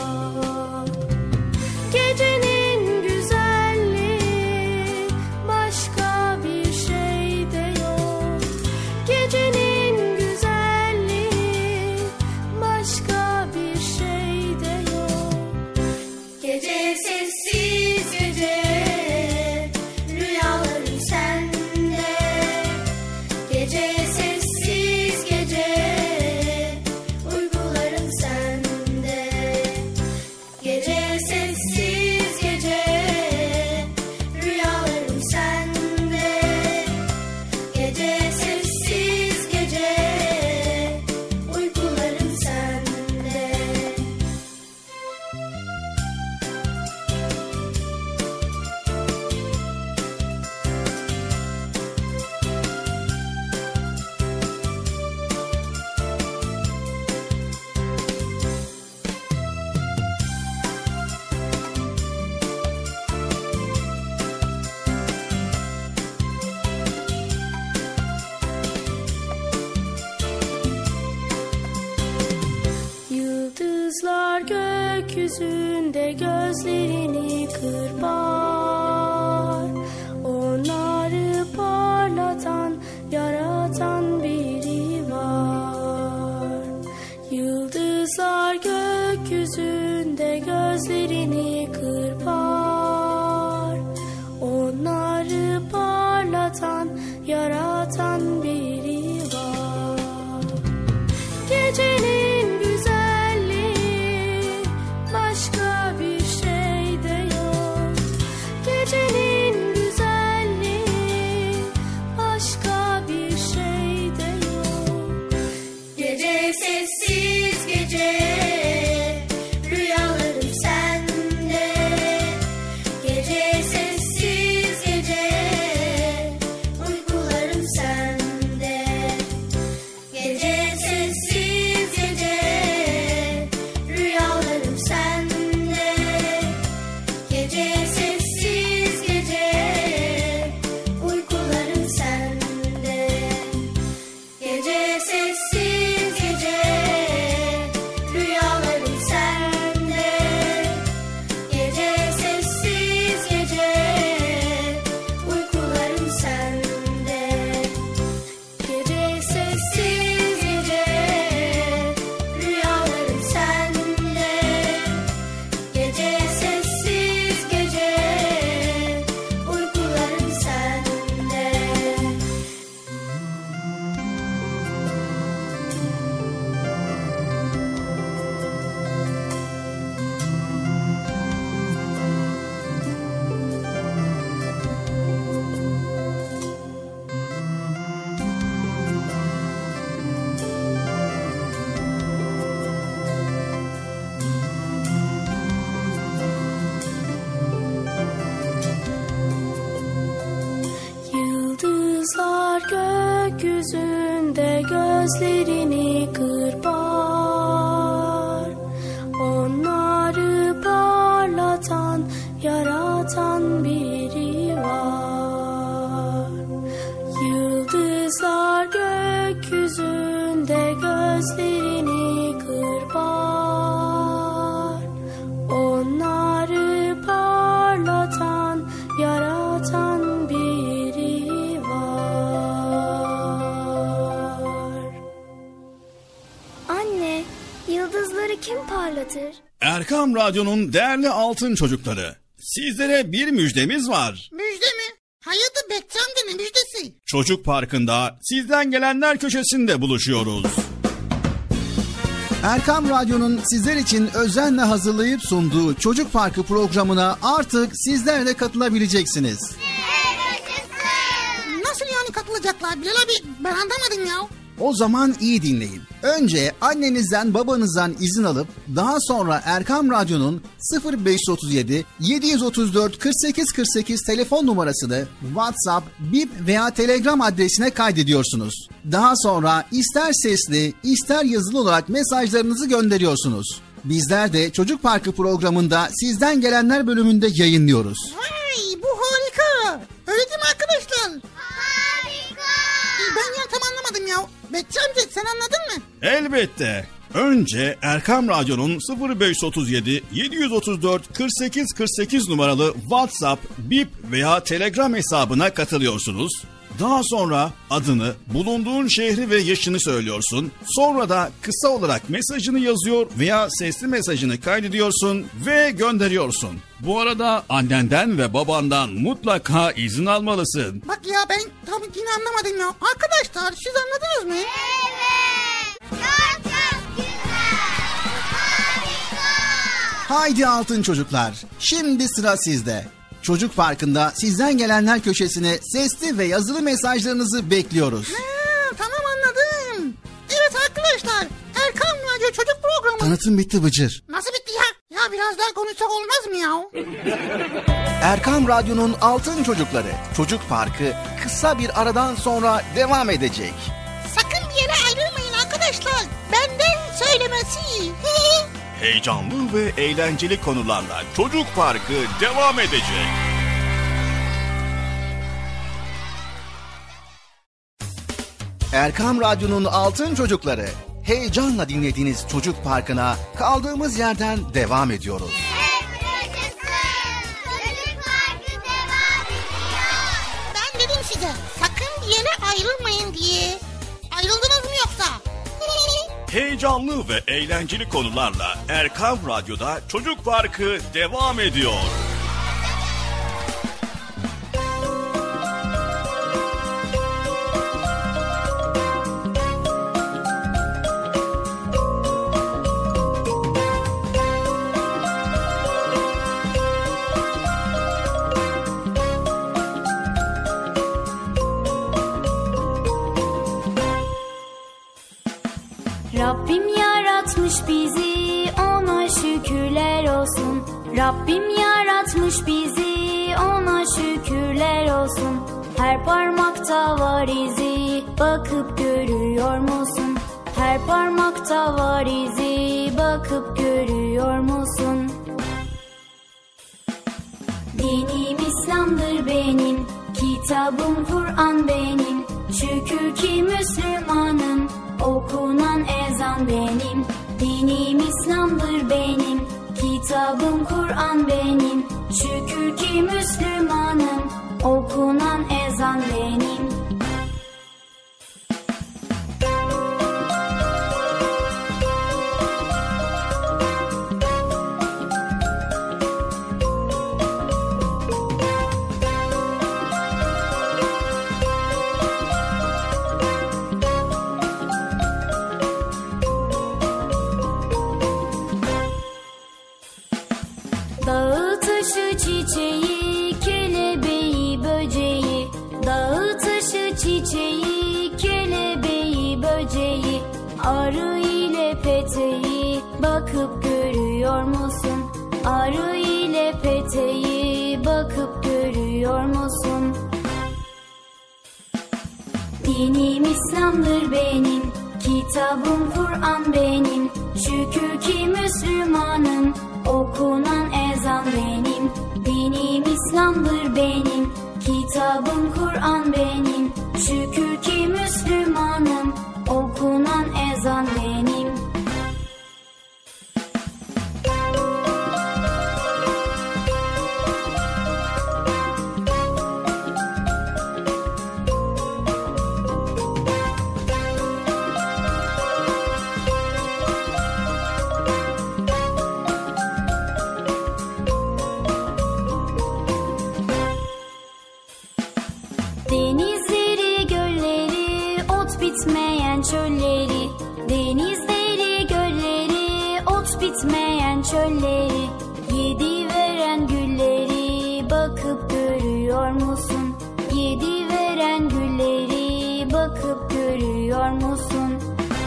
Gecenin güzelliği başka bir şey de yok. Gecenin güzelliği başka bir şey de yok. Gece sessiz gece, rüyalarım sende. Gece sessiz gece, uygularım sende. Gece sessiz gece, rüyalarım sende. Gece sessiz gece, uygularım sende. Yıldızlar gökyüzünde gözlerini kırpar. Onları parlatan, yaratan biri var. Yıldızlar gökyüzünde gözlerini kırpar. Onları parlatan, yaratan biri var. Gecenin güzelliği başka bir şey de yok. gökyüzünde gözlerini kırpar. Onları parlatan, yaratan biri var. Yıldızlar gökyüzünde gözlerini kırpar. Onları parlatan, yaratan biri var. Anne, yıldızları kim parlatır? Erkam Radyo'nun değerli altın çocukları, sizlere bir müjdemiz var. Müjde mi? Hayırdır Bekçi amca, ne müjdesi? Çocuk Parkı'nda sizden gelenler köşesinde buluşuyoruz. Erkam Radyo'nun sizler için özenle hazırlayıp sunduğu Çocuk Parkı programına artık sizler de katılabileceksiniz. Nasıl yani katılacaklar Bilal abi? Ben anlamadım ya. O zaman iyi dinleyin. Önce annenizden babanızdan izin alıp daha sonra Erkam Radyo'nun 0537 734 48 48 telefon numarasını WhatsApp, Bip veya Telegram adresine kaydediyorsunuz. Daha sonra ister sesli ister yazılı olarak mesajlarınızı gönderiyorsunuz. Bizler de Çocuk Parkı programında sizden gelenler bölümünde yayınlıyoruz. Vay, bu harika. Öyle değil mi arkadaşlar? Harika. Ben ya tam anlamadım ya. Bekçi amca sen anladın mı? Elbette. Önce Erkam Radyo'nun 0537 734 48 48 numaralı WhatsApp, Bip veya Telegram hesabına katılıyorsunuz. Daha sonra adını, bulunduğun şehri ve yaşını söylüyorsun. Sonra da kısa olarak mesajını yazıyor veya sesli mesajını kaydediyorsun ve gönderiyorsun. Bu arada annenden ve babandan mutlaka izin almalısın. Bak ya ben tam yine anlamadım ya. Arkadaşlar siz anladınız mı? Evet. Çok güzel. Harika. Haydi altın çocuklar, şimdi sıra sizde. Çocuk Parkı'nda sizden gelenler köşesine sesli ve yazılı mesajlarınızı bekliyoruz. Tamam anladım. Evet arkadaşlar, Erkam Radyo Çocuk Programı. Tanıtım bitti Bıcır. Nasıl bitti ya? Ya biraz daha konuşsak olmaz mı ya? Erkam Radyo'nun altın çocukları Çocuk Parkı kısa bir aradan sonra devam edecek. Sakın bir yere ayrılmayın arkadaşlar. Benden söylemesi. Heyecanlı ve eğlenceli konularla Çocuk Parkı devam edecek. Erkam Radyo'nun altın çocukları, heyecanla dinlediğiniz Çocuk Parkı'na kaldığımız yerden devam ediyoruz. Çocuk Parkı devam ediyor. Ben dedim size sakın bir yere ayrılmayın diye. Ayrıldınız mı yoksa? Heyecanlı ve eğlenceli konularla Erkam Radyo'da Çocuk Parkı devam ediyor. Rabbim yaratmış bizi, ona şükürler olsun. Rabbim yaratmış bizi, ona şükürler olsun. Her parmakta var izi, bakıp görüyor musun? Her parmakta var izi, bakıp görüyor musun? Dinim İslam'dır benim, kitabım Kur'an benim. Şükür ki Müslümanım, okunan ezan benim. Dinim İslam'dır benim, kitabım Kur'an benim. Şükür ki Müslümanım, okunan ezan benim. Dağı taşı çiçeği, kelebeği böceği. Dağı taşı çiçeği, kelebeği böceği. Arı ile peteği, bakıp görüyor musun? Arı ile peteği, bakıp görüyor musun? Dinim İslam'dır benim, kitabım Kur'an benim. Şükür ki Müslümanım, okunan ezan benim. Dinim İslam'dır benim, kitabım Kur'an benim. Şükür ki Müslümanım, okunan ezan benim. Denizleri, gölleri, ot bitmeyen çölleri. Denizleri, gölleri, ot bitmeyen çölleri. Yedi veren gülleri bakıp görüyor musun? Yedi veren gülleri bakıp görüyor musun?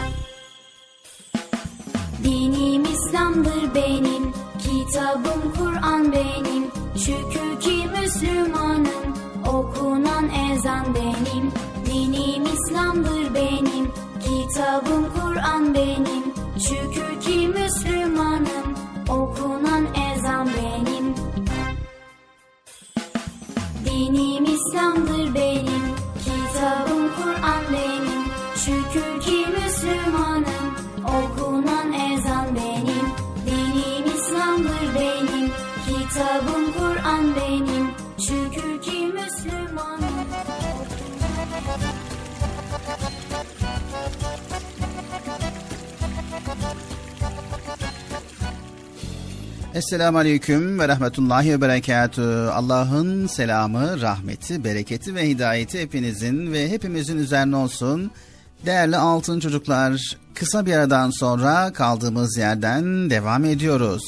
Dinim İslam'dır benim, kitabım Kur'an benim. Şükür ki Müslümanım, okunan ezan benim. Dinim İslam'dır benim, kitabım Kur'an benim. Şükür ki Müslümanım, okunan ezan benim. Dinim İslam'dır benim, kitabım Kur'an benim. Şükür ki Müslümanım, okunan ezan benim. Dinim İslam'dır benim, kitabım Kur'an benim. Şükür ki Müslümanım. Esselamu Aleyküm ve Rahmetullahi ve Berekatühü. Allah'ın selamı, rahmeti, bereketi ve hidayeti hepinizin ve hepimizin üzerine olsun. Değerli altın çocuklar, kısa bir aradan sonra kaldığımız yerden devam ediyoruz.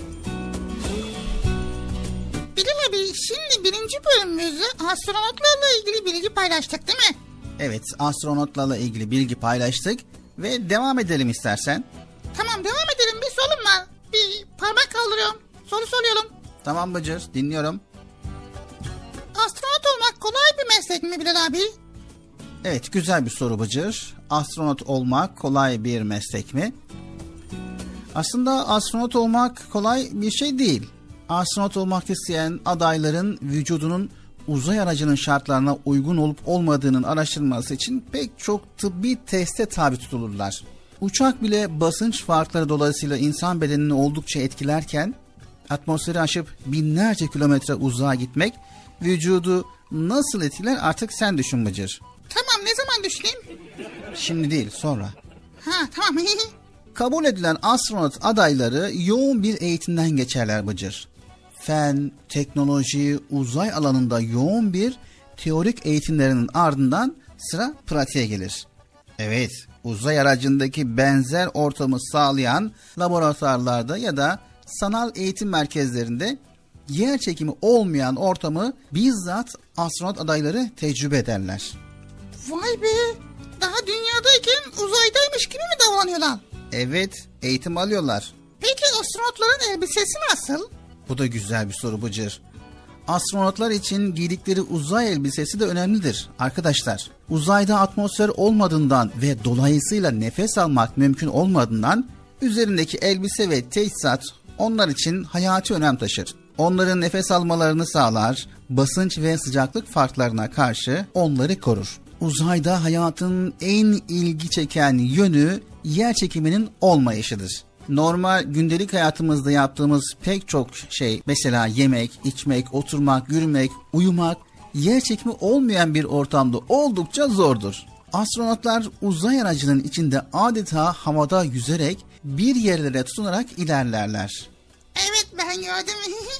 Bilal abi, şimdi birinci bölümümüzde astronotlarla ilgili bilgi paylaştık değil mi? Evet, astronotlarla ilgili bilgi paylaştık ve devam edelim istersen. Tamam, devam edelim. Bir sorun var. Bir parmak kaldırıyorum. Soru soruyorum. Tamam Bıcır, dinliyorum. Astronot olmak kolay bir meslek mi Bilal abi? Evet, güzel bir soru Bıcır. Astronot olmak kolay bir meslek mi? Aslında astronot olmak kolay bir şey değil. Astronot olmak isteyen adayların vücudunun uzay aracının şartlarına uygun olup olmadığının araştırılması için pek çok tıbbi teste tabi tutulurlar. Uçak bile basınç farkları dolayısıyla insan bedenini oldukça etkilerken atmosferi aşıp binlerce kilometre uzağa gitmek vücudu nasıl etkiler artık sen düşün Bıcır. Tamam, ne zaman düşüneyim? Şimdi değil, sonra. Ha, tamam. Kabul edilen astronot adayları yoğun bir eğitimden geçerler Bıcır. Fen, teknoloji, uzay alanında yoğun bir teorik eğitimlerinin ardından sıra pratiğe gelir. Evet, uzay aracındaki benzer ortamı sağlayan laboratuvarlarda ya da sanal eğitim merkezlerinde yer çekimi olmayan ortamı bizzat astronot adayları tecrübe ederler. Vay be! Daha dünyadayken uzaydaymış gibi mi davranıyorlar? Evet, eğitim alıyorlar. Peki astronotların elbisesi nasıl? Bu da güzel bir soru Bıcır. Astronotlar için giydikleri uzay elbisesi de önemlidir arkadaşlar. Uzayda atmosfer olmadığından ve dolayısıyla nefes almak mümkün olmadığından üzerindeki elbise ve teçhizat onlar için hayati önem taşır. Onların nefes almalarını sağlar, basınç ve sıcaklık farklarına karşı onları korur. Uzayda hayatın en ilgi çeken yönü yer çekiminin olmayışıdır. Normal gündelik hayatımızda yaptığımız pek çok şey, mesela yemek, içmek, oturmak, yürümek, uyumak, yer çekimi olmayan bir ortamda oldukça zordur. Astronotlar uzay aracının içinde adeta havada yüzerek bir yerlere tutunarak ilerlerler. Evet, ben gördüm.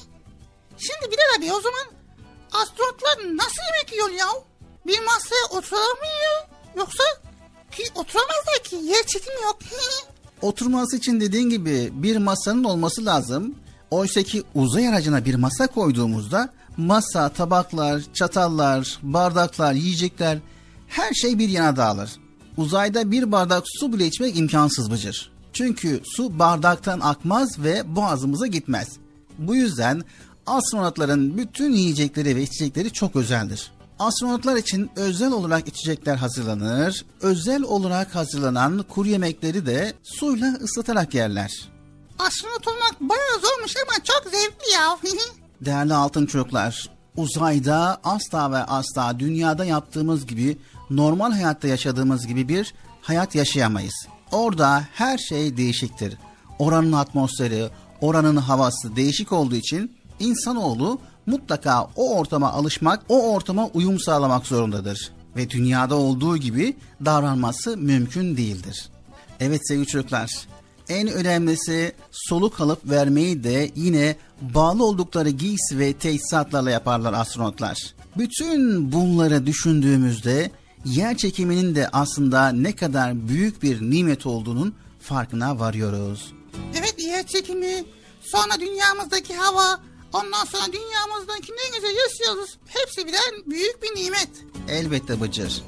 Şimdi Bilal abi, o zaman astronotlar nasıl yemek yiyor ya? Bir masaya oturamıyor, yoksa ki oturamazlar ki, yer çekimi yok. Oturması için dediğin gibi bir masanın olması lazım. Oysa ki uzay aracına bir masa koyduğumuzda masa, tabaklar, çatallar, bardaklar, yiyecekler her şey bir yana dağılır. Uzayda bir bardak su bile içmek imkansız Bıcır. Çünkü su bardaktan akmaz ve boğazımıza gitmez. Bu yüzden astronotların bütün yiyecekleri ve içecekleri çok özeldir. Astronotlar için özel olarak içecekler hazırlanır. Özel olarak hazırlanan kuru yemekleri de suyla ıslatarak yerler. Astronot olmak bayağı zormuş ama çok zevkli ya. Değerli altın çocuklar, uzayda asla ve asla dünyada yaptığımız gibi, normal hayatta yaşadığımız gibi bir hayat yaşayamayız. Orada her şey değişiktir. Oranın atmosferi, oranın havası değişik olduğu için insanoğlu mutlaka o ortama alışmak, o ortama uyum sağlamak zorundadır. Ve dünyada olduğu gibi davranması mümkün değildir. Evet sevgili çocuklar, en önemlisi soluk alıp vermeyi de yine bağlı oldukları giysi ve teçhizatlarla yaparlar astronotlar. Bütün bunları düşündüğümüzde yer çekiminin de aslında ne kadar büyük bir nimet olduğunun farkına varıyoruz. Evet, yer çekimi, sonra dünyamızdaki hava, ondan sonra dünyamızdaki ne güzel yaşıyoruz. Hepsi birer büyük bir nimet. Elbette Bıcır.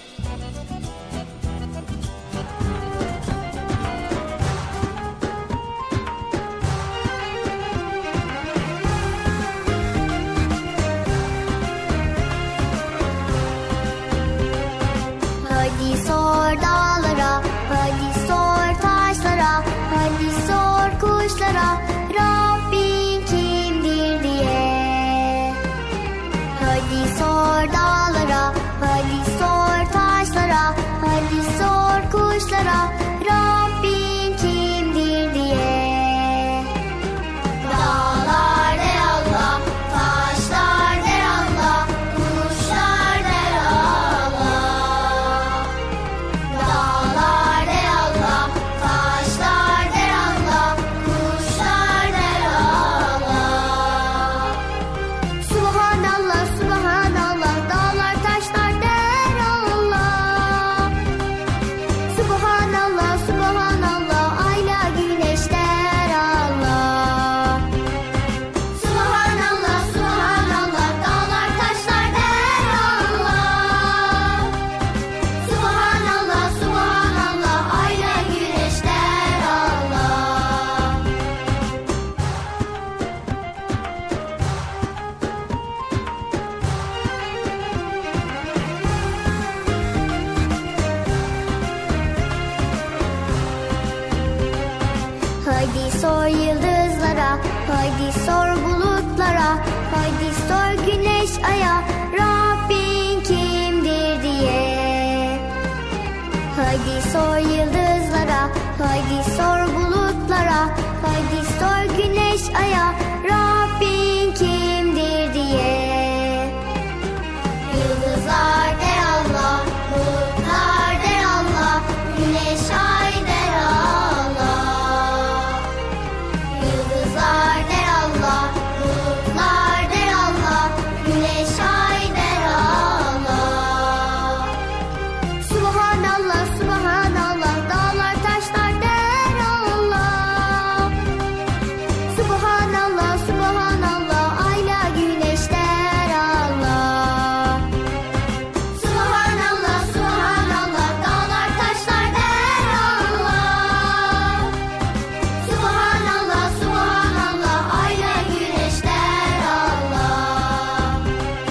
Hadi sor dağlara, hadi sor taşlara, hadi sor kuşlara, Rabbin kimdir diye. Hadi sor dağlara, hadi sor taşlara, hadi sor kuşlara, Rabbin kimdir diye. Dağlar der Allah, taşlar der Allah, kuşlar der Allah. Dağlar der Allah, taşlar der Allah, kuşlar der Allah. Subhanallah, subhanallah, dağlar taşlar der Allah. Subhanallah, subhanallah, ayla güneş der Allah. Subhanallah, subhanallah, dağlar taşlar der Allah. Subhanallah, subhanallah, ayla güneş der Allah. Haydi sor yıldızlara, haydi sor bulutlara, haydi sor güneş aya, Rabbin kimdir diye. Haydi sor yıldızlara, haydi sor bulutlara, haydi sor güneş aya, Rabbin kimdir diye. Yıldızlar der Allah, bulutlar der Allah, güneş ay der Allah. Yıldızlar der Allah, bulutlar der Allah, güneş ay der Allah. Subhanallah, subhanallah, dağlar taşlar der Allah. Subhanallah, subhanallah, ayla güneş der Allah. Subhanallah, subhanallah, dağlar taşlar der Allah. Subhanallah, subhanallah, ayla güneş der Allah.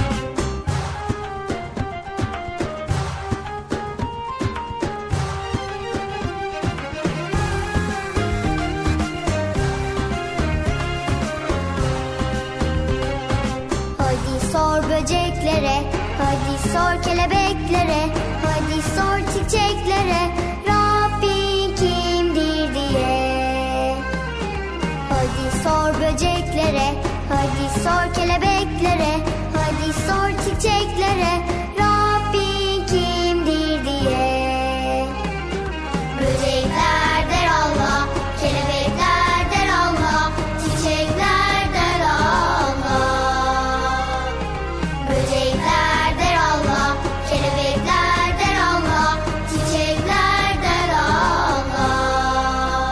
Hadi sor böceklere, hadi sor kelebeklere, hadi sor çiçeklere, Rabbin kimdir diye. Hadi sor böceklere, hadi sor kelebeklere, hadi sor çiçeklere, Rabbin kimdir diye. Böcekler der Allah, kelebekler der Allah, çiçekler der Allah. Böcekler der Allah, kelebekler der Allah, çiçekler der Allah.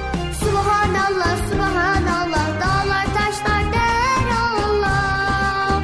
Subhanallah, subhanallah, dağlar taşlar der Allah.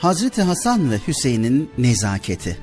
Hazreti Hasan ve Hüseyin'in nezaketi.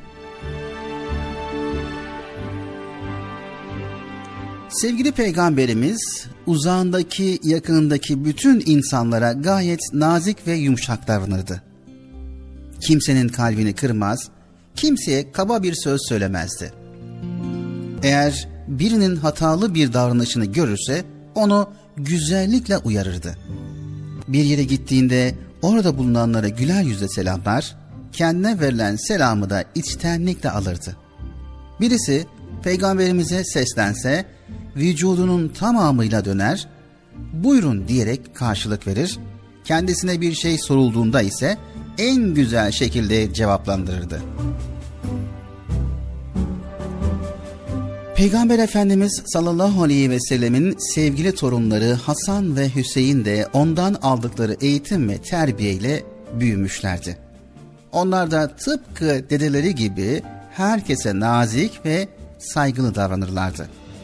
Sevgili Peygamberimiz uzağındaki, yakınındaki bütün insanlara gayet nazik ve yumuşak davranırdı. Kimsenin kalbini kırmaz, kimseye kaba bir söz söylemezdi. Eğer birinin hatalı bir davranışını görürse onu güzellikle uyarırdı. Bir yere gittiğinde orada bulunanlara güler yüzle selamlar, kendine verilen selamı da içtenlikle alırdı. Birisi Peygamberimize seslense vücudunun tamamıyla döner, buyurun diyerek karşılık verir, kendisine bir şey sorulduğunda ise en güzel şekilde cevaplandırırdı. Peygamber Efendimiz sallallahu aleyhi ve sellemin sevgili torunları Hasan ve Hüseyin de ondan aldıkları eğitim ve terbiyeyle büyümüşlerdi. Onlar da tıpkı dedeleri gibi herkese nazik ve saygılı davranırlardı.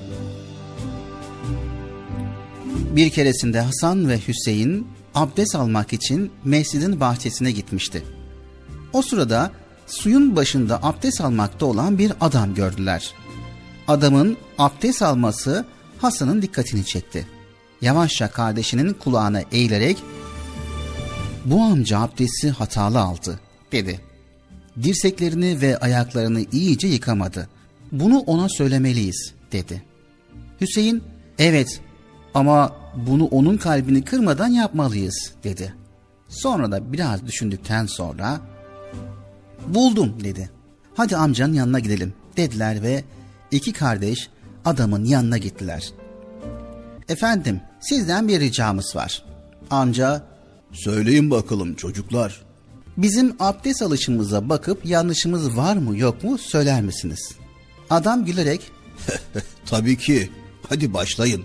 Bir keresinde Hasan ve Hüseyin abdest almak için mescidin bahçesine gitmişti. O sırada suyun başında abdest almakta olan bir adam gördüler. Adamın abdest alması Hasan'ın dikkatini çekti. Yavaşça kardeşinin kulağına eğilerek "Bu amca abdesti hatalı aldı," dedi. "Dirseklerini ve ayaklarını iyice yıkamadı. Bunu ona söylemeliyiz," dedi. Hüseyin, "Evet ama bunu onun kalbini kırmadan yapmalıyız," dedi. Sonra da biraz düşündükten sonra "Buldum," dedi. "Hadi amcanın yanına gidelim," dediler ve iki kardeş adamın yanına gittiler. "Efendim, sizden bir ricamız var." Amca, "Söyleyin bakalım çocuklar." "Bizim abdest alışımıza bakıp yanlışımız var mı yok mu söyler misiniz?" Adam gülerek "Tabii ki, hadi başlayın."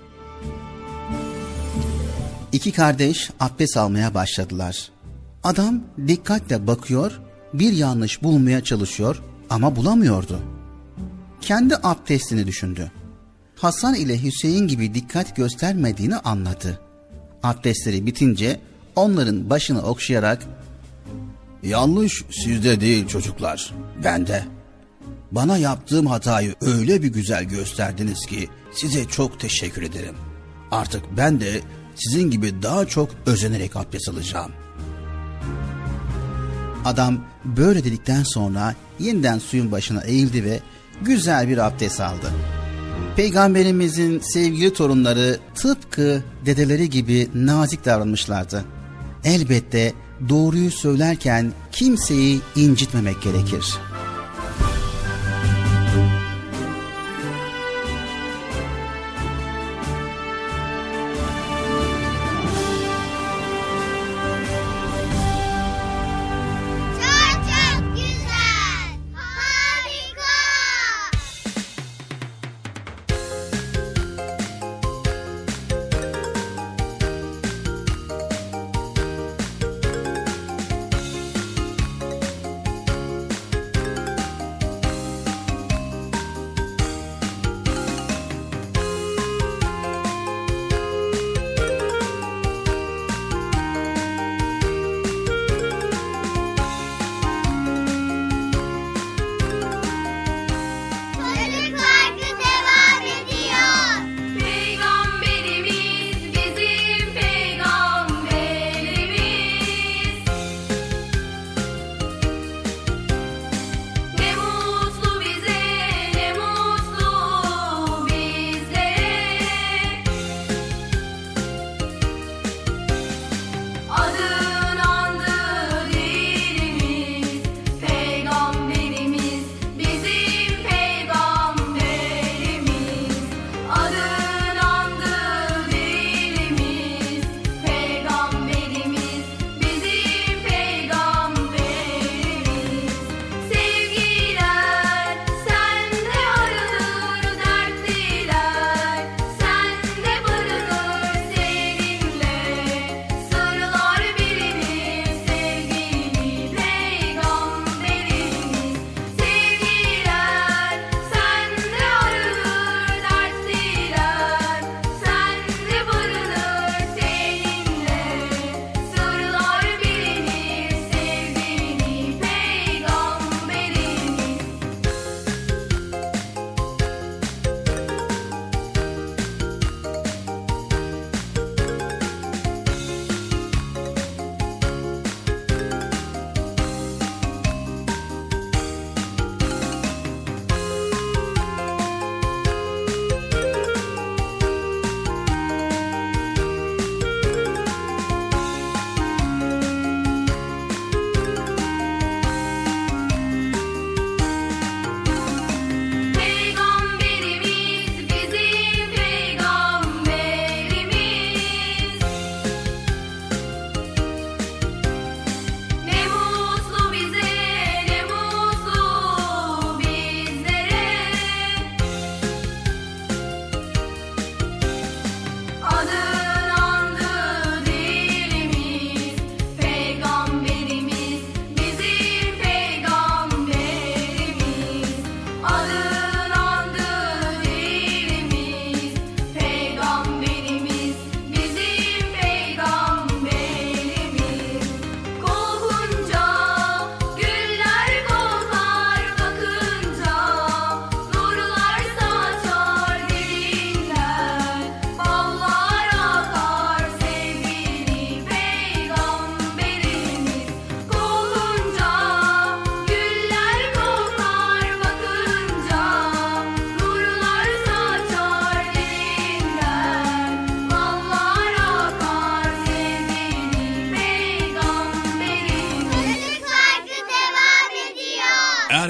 İki kardeş abdest almaya başladılar. Adam dikkatle bakıyor, bir yanlış bulmaya çalışıyor ama bulamıyordu. Kendi abdestini düşündü. Hasan ile Hüseyin gibi dikkat göstermediğini anladı. Abdestleri bitince onların başını okşayarak "Yanlış sizde değil çocuklar, bende. Bana yaptığım hatayı öyle bir güzel gösterdiniz ki size çok teşekkür ederim. Artık ben de sizin gibi daha çok özenerek abdest alacağım." Adam böyle dedikten sonra yeniden suyun başına eğildi ve güzel bir abdest aldı. Peygamberimizin sevgili torunları tıpkı dedeleri gibi nazik davranmışlardı. Elbette doğruyu söylerken kimseyi incitmemek gerekir.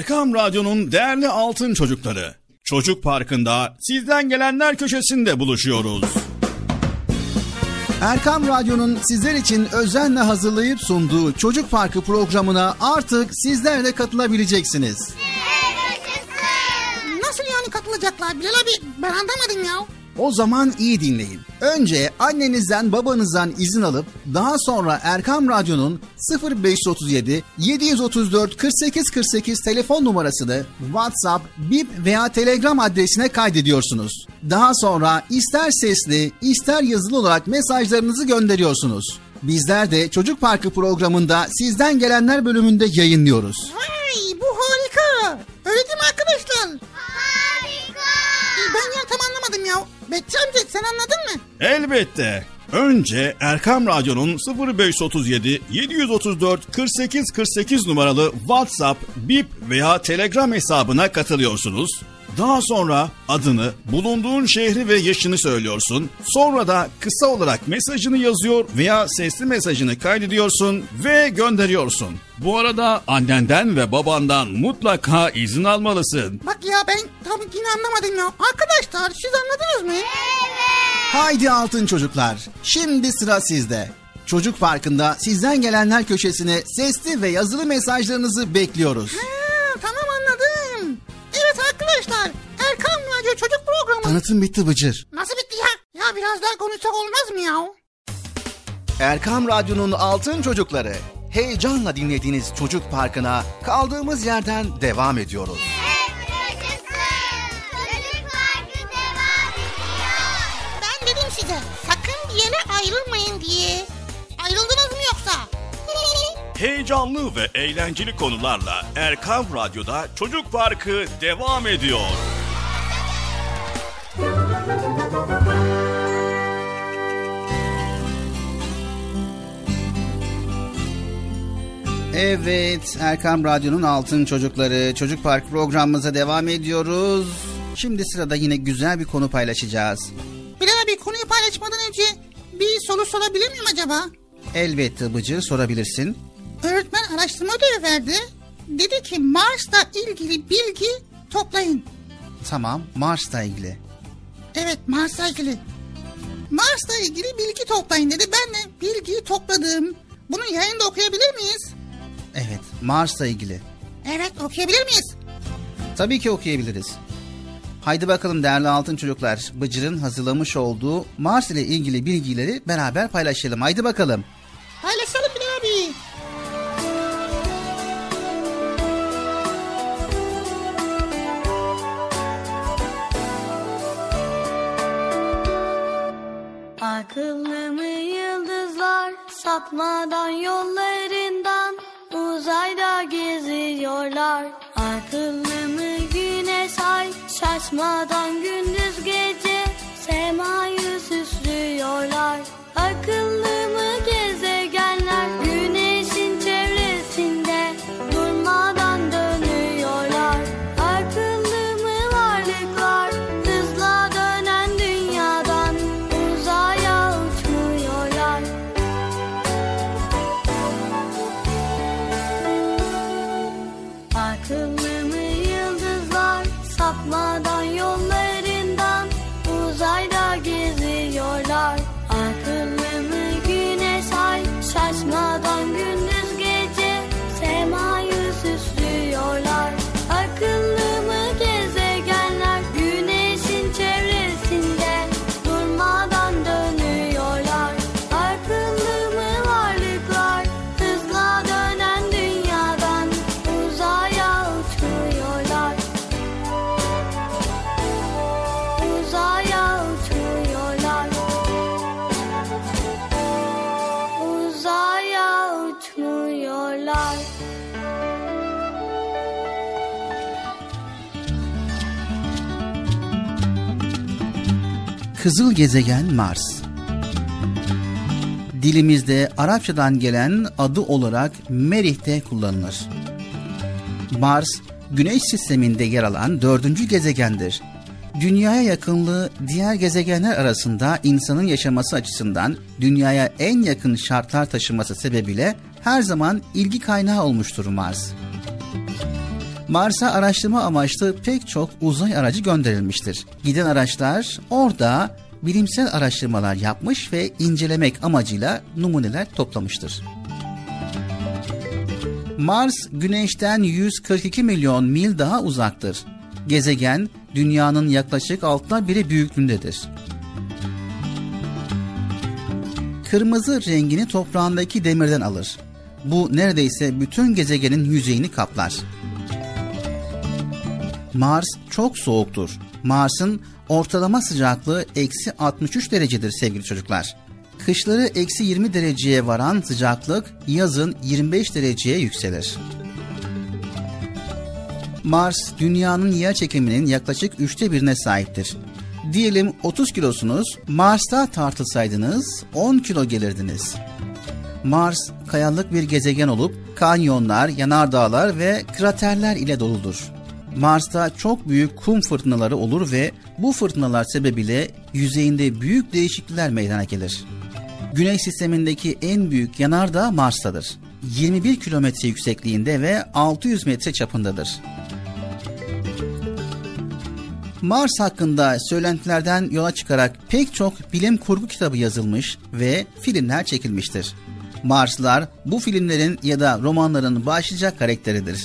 Erkam Radyo'nun değerli altın çocukları, Çocuk Parkı'nda sizden gelenler köşesinde buluşuyoruz. Erkam Radyo'nun sizler için özenle hazırlayıp sunduğu Çocuk Parkı programına artık sizler de katılabileceksiniz. Nasıl yani katılacaklar Bilal abi? Ben anlamadım ya. O zaman iyi dinleyin. Önce annenizden babanızdan izin alıp daha sonra Erkam Radyo'nun 0537 734 48 48 telefon numarasını WhatsApp, Bip veya Telegram adresine kaydediyorsunuz. Daha sonra ister sesli ister yazılı olarak mesajlarınızı gönderiyorsunuz. Bizler de Çocuk Parkı programında sizden gelenler bölümünde yayınlıyoruz. Vay, bu harika. Öyle değil mi arkadaşlar? Harika. Ben ya tam anlamadım ya. Bekçi amca sen anladın mı? Elbette. Önce Erkam Radyo'nun 0537 734 48 48 numaralı WhatsApp, Bip veya Telegram hesabına katılıyorsunuz. Daha sonra adını, bulunduğun şehri ve yaşını söylüyorsun. Sonra da kısa olarak mesajını yazıyor veya sesli mesajını kaydediyorsun ve gönderiyorsun. Bu arada annenden ve babandan mutlaka izin almalısın. Bak ya ben tam yine anlamadım ya. Arkadaşlar siz anladınız mı? Haydi altın çocuklar, şimdi sıra sizde. Çocuk Parkı'nda sizden gelenler köşesine sesli ve yazılı mesajlarınızı bekliyoruz. Tamam anladım. Evet arkadaşlar, Erkam Radyo Çocuk Programı. Tanıtım bitti Bıcır. Nasıl bitti ya? Ya biraz daha konuşsak olmaz mı ya? Erkam Radyo'nun altın çocukları, heyecanla dinlediğiniz Çocuk Parkı'na kaldığımız yerden devam ediyoruz. Ben dedim size, sakın bir yere ayrılmayın diye. Ayrıldınız mı yoksa? Heyecanlı ve eğlenceli konularla Erkam Radyo'da Çocuk Parkı devam ediyor. Evet, Erkam Radyo'nun altın çocukları, Çocuk Park programımıza devam ediyoruz. Şimdi sırada yine güzel bir konu paylaşacağız. Bilal abi, konuyu paylaşmadan önce bir soru sorabilir miyim acaba? Elbette Bıcır, sorabilirsin. Öğretmen araştırma ödevi verdi. Dedi ki Mars'la ilgili bilgi toplayın. Tamam, Mars'la ilgili. Evet, Mars'la ilgili. Mars'la ilgili bilgi toplayın dedi. Ben de bilgiyi topladım. Bunu yayında okuyabilir miyiz? Evet, Mars'la ilgili. Evet, okuyabilir miyiz? Tabii ki okuyabiliriz. Haydi bakalım değerli altın çocuklar, Bıcır'ın hazırlamış olduğu Mars ile ilgili bilgileri beraber paylaşalım. Haydi bakalım. Paylaşalım Bilal abi. Akıllı mı yıldızlar sapmadan yollarından uzayda geziyorlar. Akıllı mı güneş ay şaşmadan gündüz gece semayı süslüyorlar. Akıllı mı gezegenler güneşin çevresinde durmadan dönüyorlar. Akıllı mı varlıklar hızla dönen dünyadan uzaya uçmuyorlar. Akıllı mı yıldızlar sapmadan yollarından uzayda geziyorlar. Akıllı mı güneş ay şaşmadan gündüz gece semayı süslüyorlar. Akıllı mı gezegenler güneşin çevresinde durmadan dönüyorlar. Akıllı mı varlıklar hızla dönen dünyadan uzaya uçmuyorlar. Uzaya uçmuyorlar. Uzaya uçmuyorlar. Kızıl gezegen Mars. Dilimizde Arapçadan gelen adı olarak Merih'te kullanılır. Mars, Güneş sisteminde yer alan 4. gezegendir. Dünyaya yakınlığı diğer gezegenler arasında insanın yaşaması açısından Dünyaya en yakın şartlar taşıması sebebiyle her zaman ilgi kaynağı olmuştur Mars. Mars'a araştırma amaçlı pek çok uzay aracı gönderilmiştir. Giden araçlar orada bilimsel araştırmalar yapmış ve incelemek amacıyla numuneler toplamıştır. Mars, Güneş'ten 142 milyon mil daha uzaktır. Gezegen, Dünya'nın yaklaşık 1/6 büyüklüğündedir. Kırmızı rengini toprağındaki demirden alır. Bu neredeyse bütün gezegenin yüzeyini kaplar. Mars çok soğuktur. Mars'ın ortalama sıcaklığı -63 derecedir sevgili çocuklar. Kışları -20 dereceye varan sıcaklık yazın 25 dereceye yükselir. Mars, Dünya'nın yer çekiminin yaklaşık 1/3'üne sahiptir. Diyelim 30 kilosunuz, Mars'ta tartılsaydınız 10 kilo gelirdiniz. Mars, kayalık bir gezegen olup kanyonlar, yanardağlar ve kraterler ile doludur. Mars'ta çok büyük kum fırtınaları olur ve bu fırtınalar sebebiyle yüzeyinde büyük değişiklikler meydana gelir. Güneş sistemindeki en büyük yanardağ Mars'tadır. 21 kilometre yüksekliğinde ve 600 metre çapındadır. Mars hakkında söylentilerden yola çıkarak pek çok bilim kurgu kitabı yazılmış ve filmler çekilmiştir. Marslılar bu filmlerin ya da romanların başlıca karakteridir.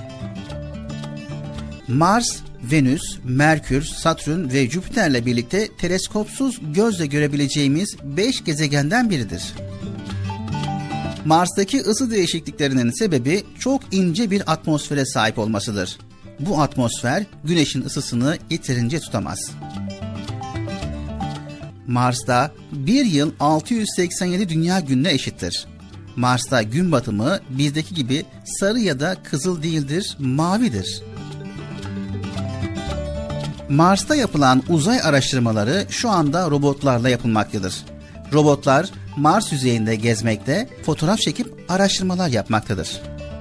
Mars, Venüs, Merkür, Satürn ve Jüpiter'le birlikte teleskopsuz gözle görebileceğimiz 5 gezegenden biridir. Mars'taki ısı değişikliklerinin sebebi çok ince bir atmosfere sahip olmasıdır. Bu atmosfer Güneş'in ısısını yeterince tutamaz. Mars'ta bir yıl 687 dünya gününe eşittir. Mars'ta gün batımı bizdeki gibi sarı ya da kızıl değildir, mavidir. Mars'ta yapılan uzay araştırmaları şu anda robotlarla yapılmaktadır. Robotlar Mars yüzeyinde gezmekte, fotoğraf çekip araştırmalar yapmaktadır.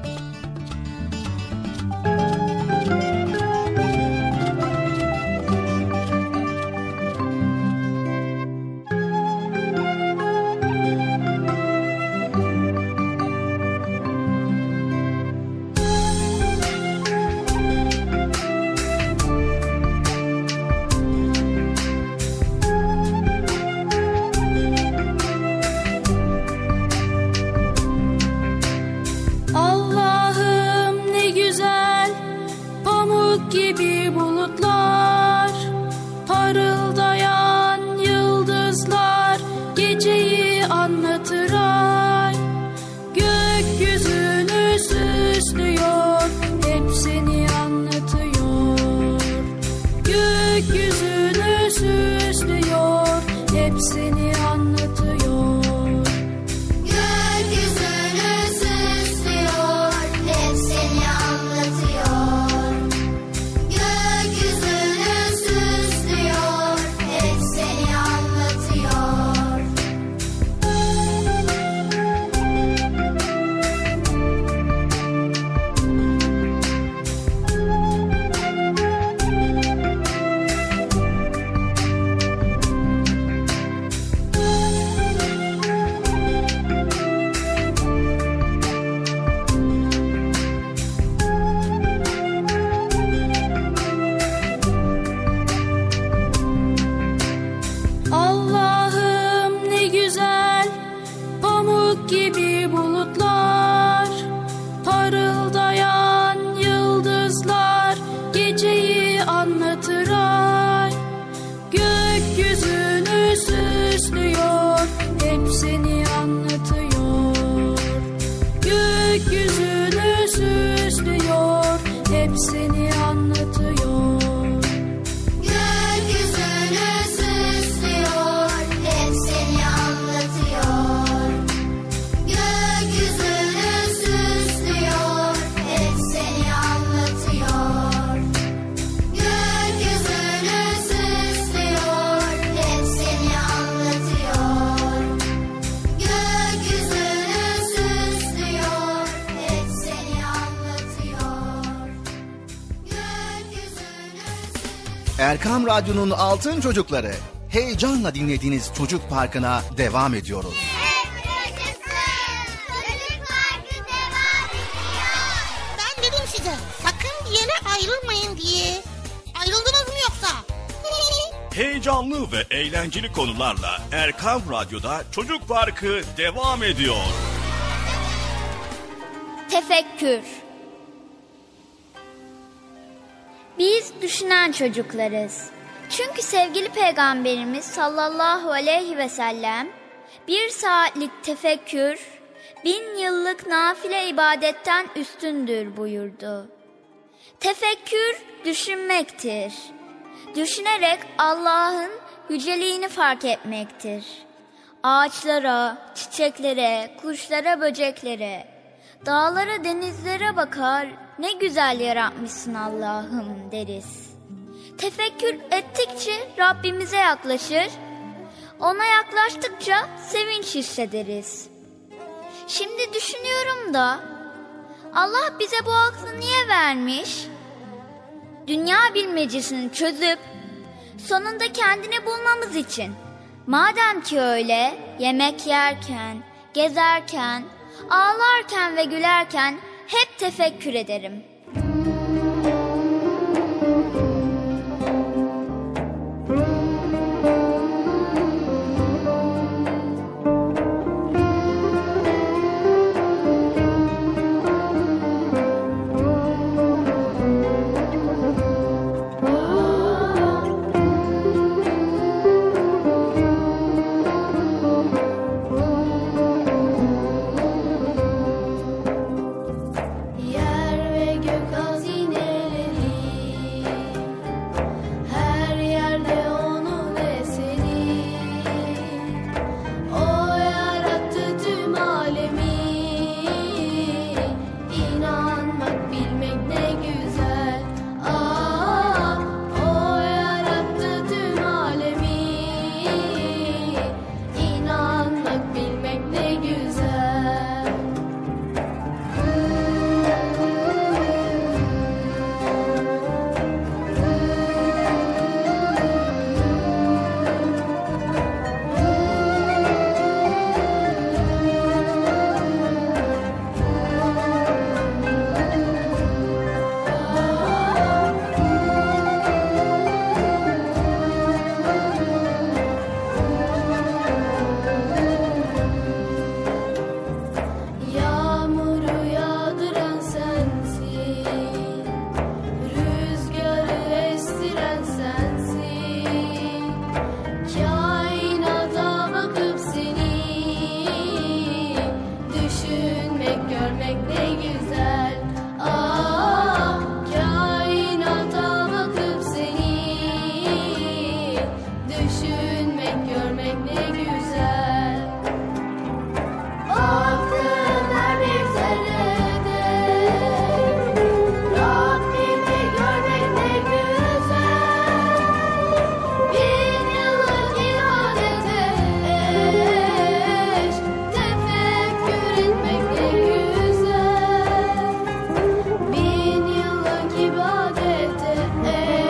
Erkam Radyo'nun Altın Çocukları. Heyecanla dinlediğiniz Çocuk Parkı'na devam ediyoruz. Ben dedim size, sakın bir Heyecanlı ve eğlenceli konularla Erkam Radyo'da Çocuk Parkı devam ediyor. Tefekkür. Biz düşünen çocuklarız. Çünkü sevgili Peygamberimiz sallallahu aleyhi ve sellem 1 saatlik tefekkür 1000 yıllık nafile ibadetten üstündür buyurdu. Tefekkür düşünmektir. Düşünerek Allah'ın yüceliğini fark etmektir. Ağaçlara, çiçeklere, kuşlara, böceklere, dağlara, denizlere bakar, ne güzel yaratmışsın Allah'ım deriz. Tefekkür ettikçe Rabbimize yaklaşır, ona yaklaştıkça sevinç hissederiz. Şimdi düşünüyorum da, Allah bize bu aklı niye vermiş? Dünya bilmecesini çözüp sonunda kendini bulmamız için. Madem ki öyle, yemek yerken, gezerken, ağlarken ve gülerken hep tefekkür ederim.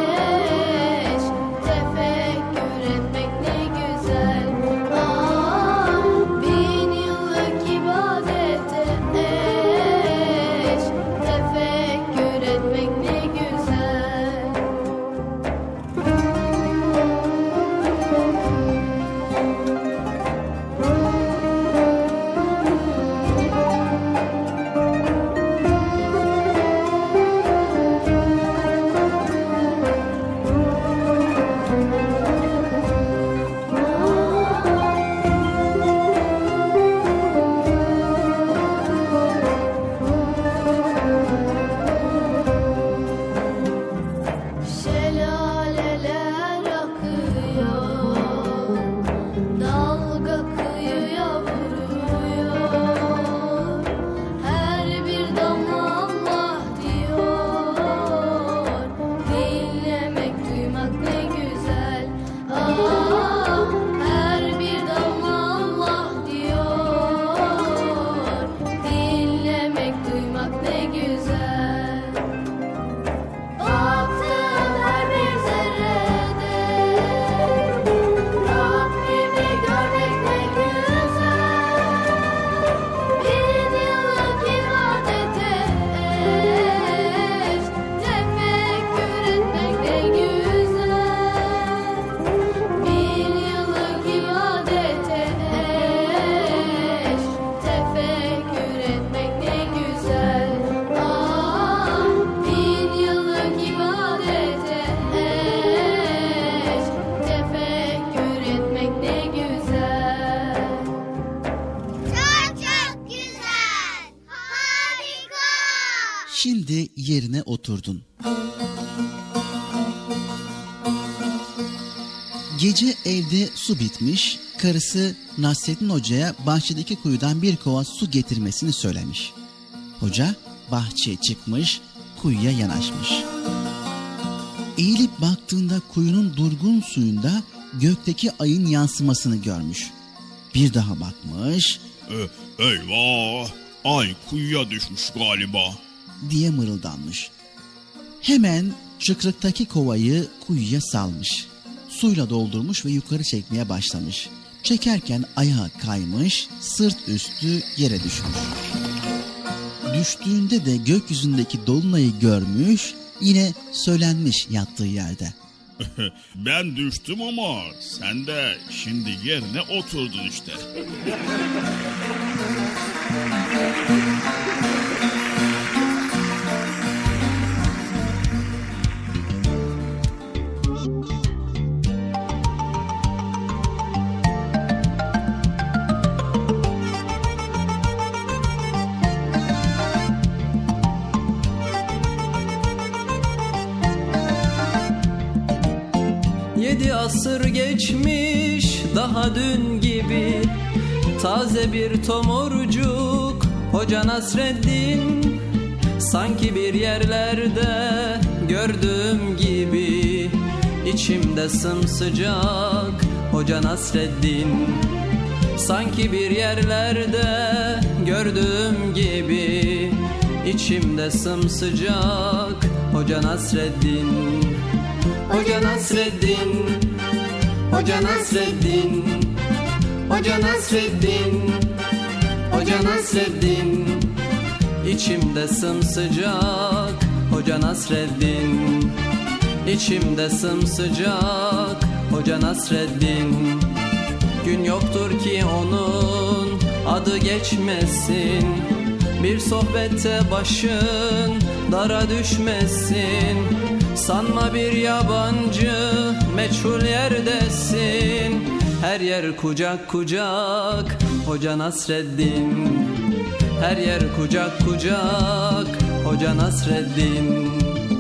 Oh Şimdi yerine oturdun. Gece evde su bitmiş, karısı Nasrettin Hoca'ya bahçedeki kuyudan bir kova su getirmesini söylemiş. Hoca bahçeye çıkmış, kuyuya yanaşmış. Eğilip baktığında kuyunun durgun suyunda gökteki ayın yansımasını görmüş. Bir daha bakmış. Eyvah, ay kuyuya düşmüş galiba diye mırıldanmış. Hemen çıkrıktaki kovayı kuyuya salmış. Suyla doldurmuş ve yukarı çekmeye başlamış. Çekerken ayağı kaymış, sırt üstü yere düşmüş. Düştüğünde de gökyüzündeki dolunayı görmüş, yine söylenmiş yattığı yerde. Ben düştüm ama sen de şimdi yerine oturdun işte. Asır geçmiş daha dün gibi, taze bir tomurcuk Hoca Nasreddin. Sanki bir yerlerde gördüğüm gibi, içimde sımsıcak Hoca Nasreddin. Sanki bir yerlerde gördüğüm gibi, içimde sımsıcak Hoca Nasreddin. Hoca Nasreddin, Hoca Nasreddin, Hoca Nasreddin, Hoca Nasreddin. İçimde sımsıcak Hoca Nasreddin. İçimde sımsıcak Hoca Nasreddin. Gün yoktur ki onun adı geçmesin, bir sohbette başın dara düşmesin. Sanma bir yabancı meçhul yerdesin, her yer kucak kucak Hoca Nasreddin. Her yer kucak kucak Hoca Nasreddin.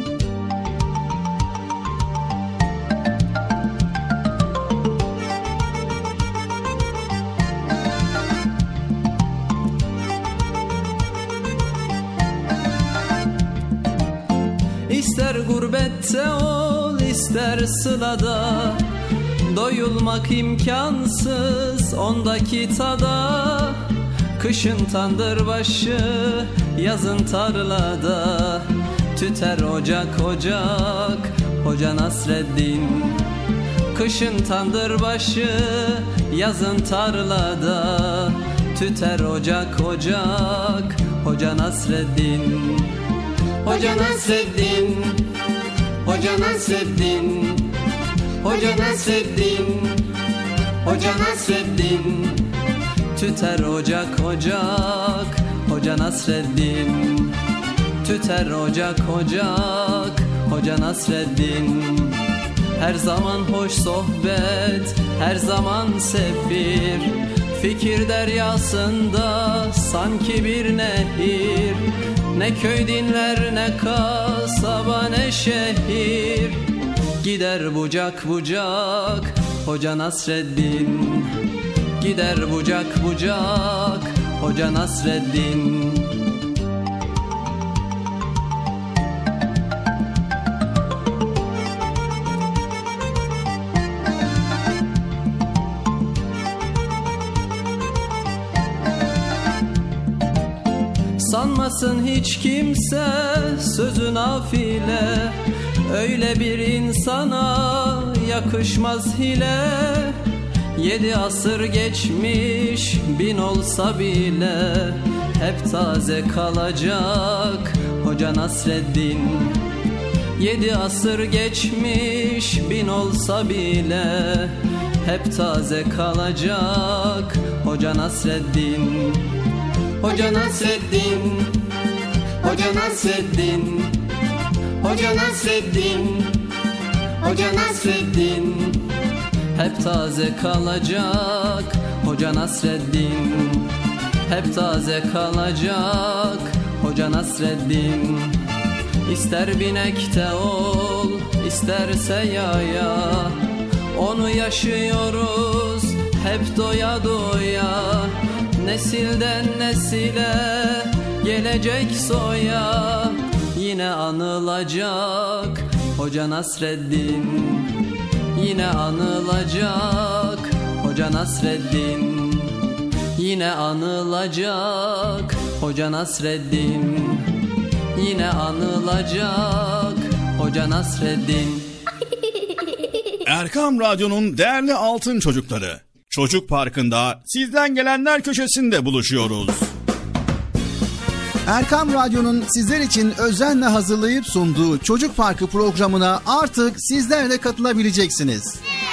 İster gurbette ol, ister sılada, doyulmak imkansız ondaki tada. Kışın tandırbaşı, yazın tarlada, tüter ocak ocak Hoca Nasreddin. Kışın tandırbaşı, yazın tarlada, tüter ocak ocak Hoca Nasreddin. Hoca Nasreddin, Hoca Nasreddin, Hoca Nasreddin, Hoca Nasreddin. Tüter ocak ocak Hoca Nasreddin. Tüter ocak ocak Hoca Nasreddin. Her zaman hoş sohbet, her zaman sefir, fikir deryasında sanki bir nehir. Ne köy dinler, ne kasaba, ne şehir, gider bucak bucak Hoca Nasreddin. Gider bucak bucak Hoca Nasreddin. Sanmasın hiç kimse sözü nafile, öyle bir insana yakışmaz hile. 7 asır geçmiş 1000 olsa bile, hep taze kalacak Hoca Nasreddin. 7 asır geçmiş 1000 olsa bile, hep taze kalacak Hoca Nasreddin. Hoca Nasreddin, Hoca Nasreddin, Hoca Nasreddin, Hoca Nasreddin. Hep taze kalacak Hoca Nasreddin. Hep taze kalacak Hoca Nasreddin. İster binekte ol, isterse yaya, onu yaşıyoruz hep doya doya. Nesilden nesile gelecek soya, yine anılacak Hoca Nasreddin. Yine anılacak Hoca Nasreddin. Yine anılacak Hoca Nasreddin. Yine anılacak Hoca Nasreddin. Erkam Radyo'nun değerli altın çocukları, Çocuk Parkı'nda sizden gelenler köşesinde buluşuyoruz. Erkam Radyo'nun sizler için özenle hazırlayıp sunduğu Çocuk Parkı programına artık sizler de katılabileceksiniz.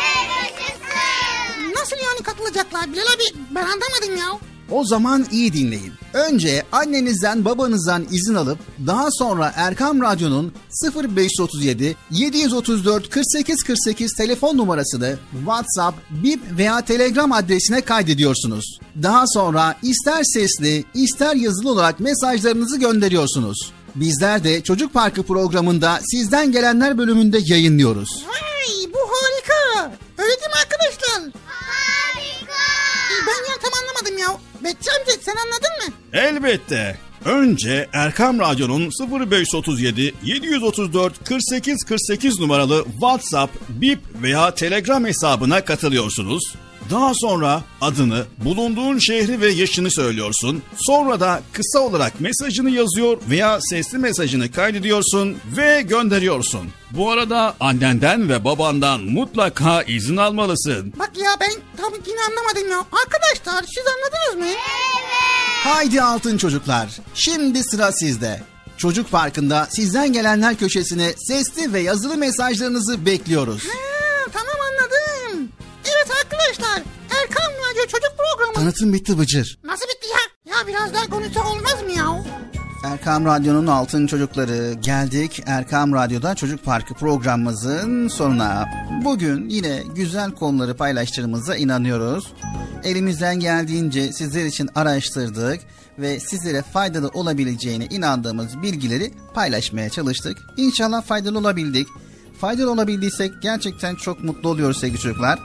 Nasıl yani katılacaklar Bilal abi? Ben anlamadım ya. O zaman iyi dinleyin. Önce annenizden babanızdan izin alıp daha sonra Erkam Radyo'nun 0537 734 48 48 telefon numarasını WhatsApp, Bip veya Telegram adresine kaydediyorsunuz. Daha sonra ister sesli ister yazılı olarak mesajlarınızı gönderiyorsunuz. Bizler de Çocuk Parkı programında sizden gelenler bölümünde yayınlıyoruz. Vay, bu harika. Öyle değil mi arkadaşlar? Harika. Ben ya tam anlamadım ya. Bekçi amca sen anladın mı? Elbette. Önce Erkam Radyo'nun 0537 734 48 48 numaralı WhatsApp, Bip veya Telegram hesabına katılıyorsunuz. Daha sonra adını, bulunduğun şehri ve yaşını söylüyorsun. Sonra da kısa olarak mesajını yazıyor veya sesli mesajını kaydediyorsun ve gönderiyorsun. Bu arada annenden ve babandan mutlaka izin almalısın. Bak ya ben tam yine anlamadım ya. Arkadaşlar siz anladınız mı? Haydi altın çocuklar, şimdi sıra sizde. Çocuk Parkı'nda sizden gelenler köşesine sesli ve yazılı mesajlarınızı bekliyoruz. Tamam anladım. Evet arkadaşlar, Erkam Radyo Çocuk Programı. Tanıtım bitti Bıcır. Nasıl bitti ya? Ya biraz daha konuşsak olmaz mı ya? Erkam Radyo'nun altın çocukları, geldik Erkam Radyo'da Çocuk Parkı programımızın sonuna. Bugün yine güzel konuları paylaştığımıza inanıyoruz. Elimizden geldiğince sizler için araştırdık ve sizlere faydalı olabileceğine inandığımız bilgileri paylaşmaya çalıştık. İnşallah faydalı olabildik. Faydalı olabildiysek gerçekten çok mutlu oluyoruz sevgili çocuklar.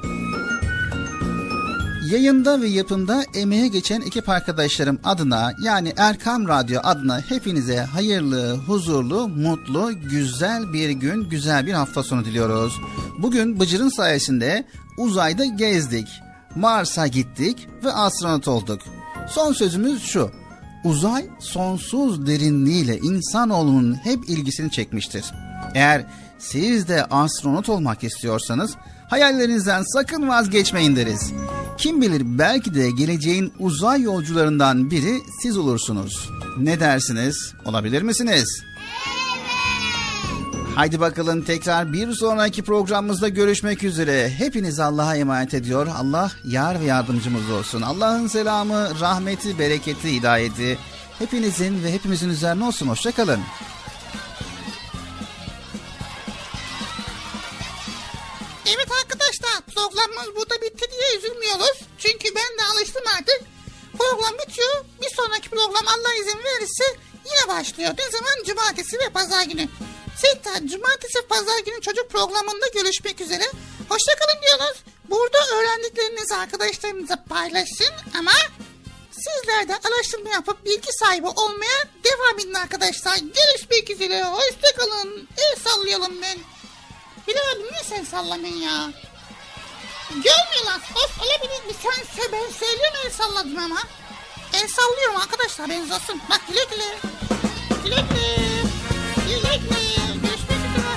Yayında ve yapımda emeğe geçen ekip arkadaşlarım adına, yani Erkam Radyo adına hepinize hayırlı, huzurlu, mutlu, güzel bir gün, güzel bir hafta sonu diliyoruz. Bugün Bıcır'ın sayesinde uzayda gezdik, Mars'a gittik ve astronot olduk. Son sözümüz şu: uzay sonsuz derinliğiyle insanoğlunun hep ilgisini çekmiştir. Eğer siz de astronot olmak istiyorsanız hayallerinizden sakın vazgeçmeyin deriz. Kim bilir, belki de geleceğin uzay yolcularından biri siz olursunuz. Ne dersiniz? Olabilir misiniz? Haydi bakalım, tekrar bir sonraki programımızda görüşmek üzere. Hepiniz Allah'a emanet ediyor. Allah yar ve yardımcımız olsun. Allah'ın selamı, rahmeti, bereketi, hidayeti hepinizin ve hepimizin üzerine olsun. Hoşça kalın. Evet arkadaşlar, programımız burada bitti diye üzülmüyoruz. Çünkü ben de alıştım artık. Program bitiyor. Bir sonraki program Allah izin verirse yine başlıyor. Ne zaman? Cumartesi ve pazar günü. Tekrar cumartesi ve pazar günü çocuk programında görüşmek üzere. Hoşçakalın diyoruz. Burada öğrendiklerinizi arkadaşlarınıza paylaşın ama sizler de araştırma yapıp bilgi sahibi olmaya devam edin arkadaşlar. Görüşmek üzere. Hoşçakalın. El sallayalım ben. Bilal abi niye sen sallamıyorsun ya? Görmüyorlar. Of, olabilir mi? Ben söylüyorum, el salladım ama. El sallıyorum arkadaşlar, ben zasın. Bak güle güle. Güle güle. Güle güle. Görüşmek üzere.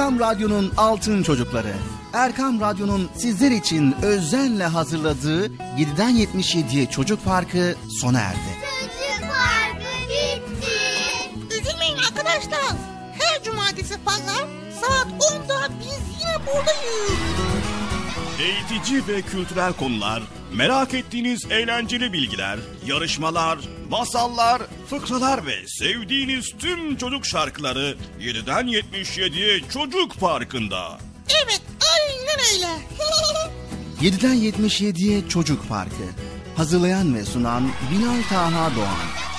Erkam Radyo'nun Altın Çocukları. Erkam Radyo'nun sizler için özenle hazırladığı 7'den 77'ye Çocuk Parkı sona erdi. Çocuk Parkı bitti. Üzülmeyin arkadaşlar. Her cumartesi pazar saat 10'da biz yine buradayız. Eğitici ve kültürel konular, merak ettiğiniz eğlenceli bilgiler, yarışmalar, masallar, fıkralar ve sevdiğiniz tüm çocuk şarkıları 7'den 77'ye Çocuk Parkı'nda. Evet, aynen öyle. 7'den 77'ye Çocuk Parkı. Hazırlayan ve sunan Binal Taha Doğan.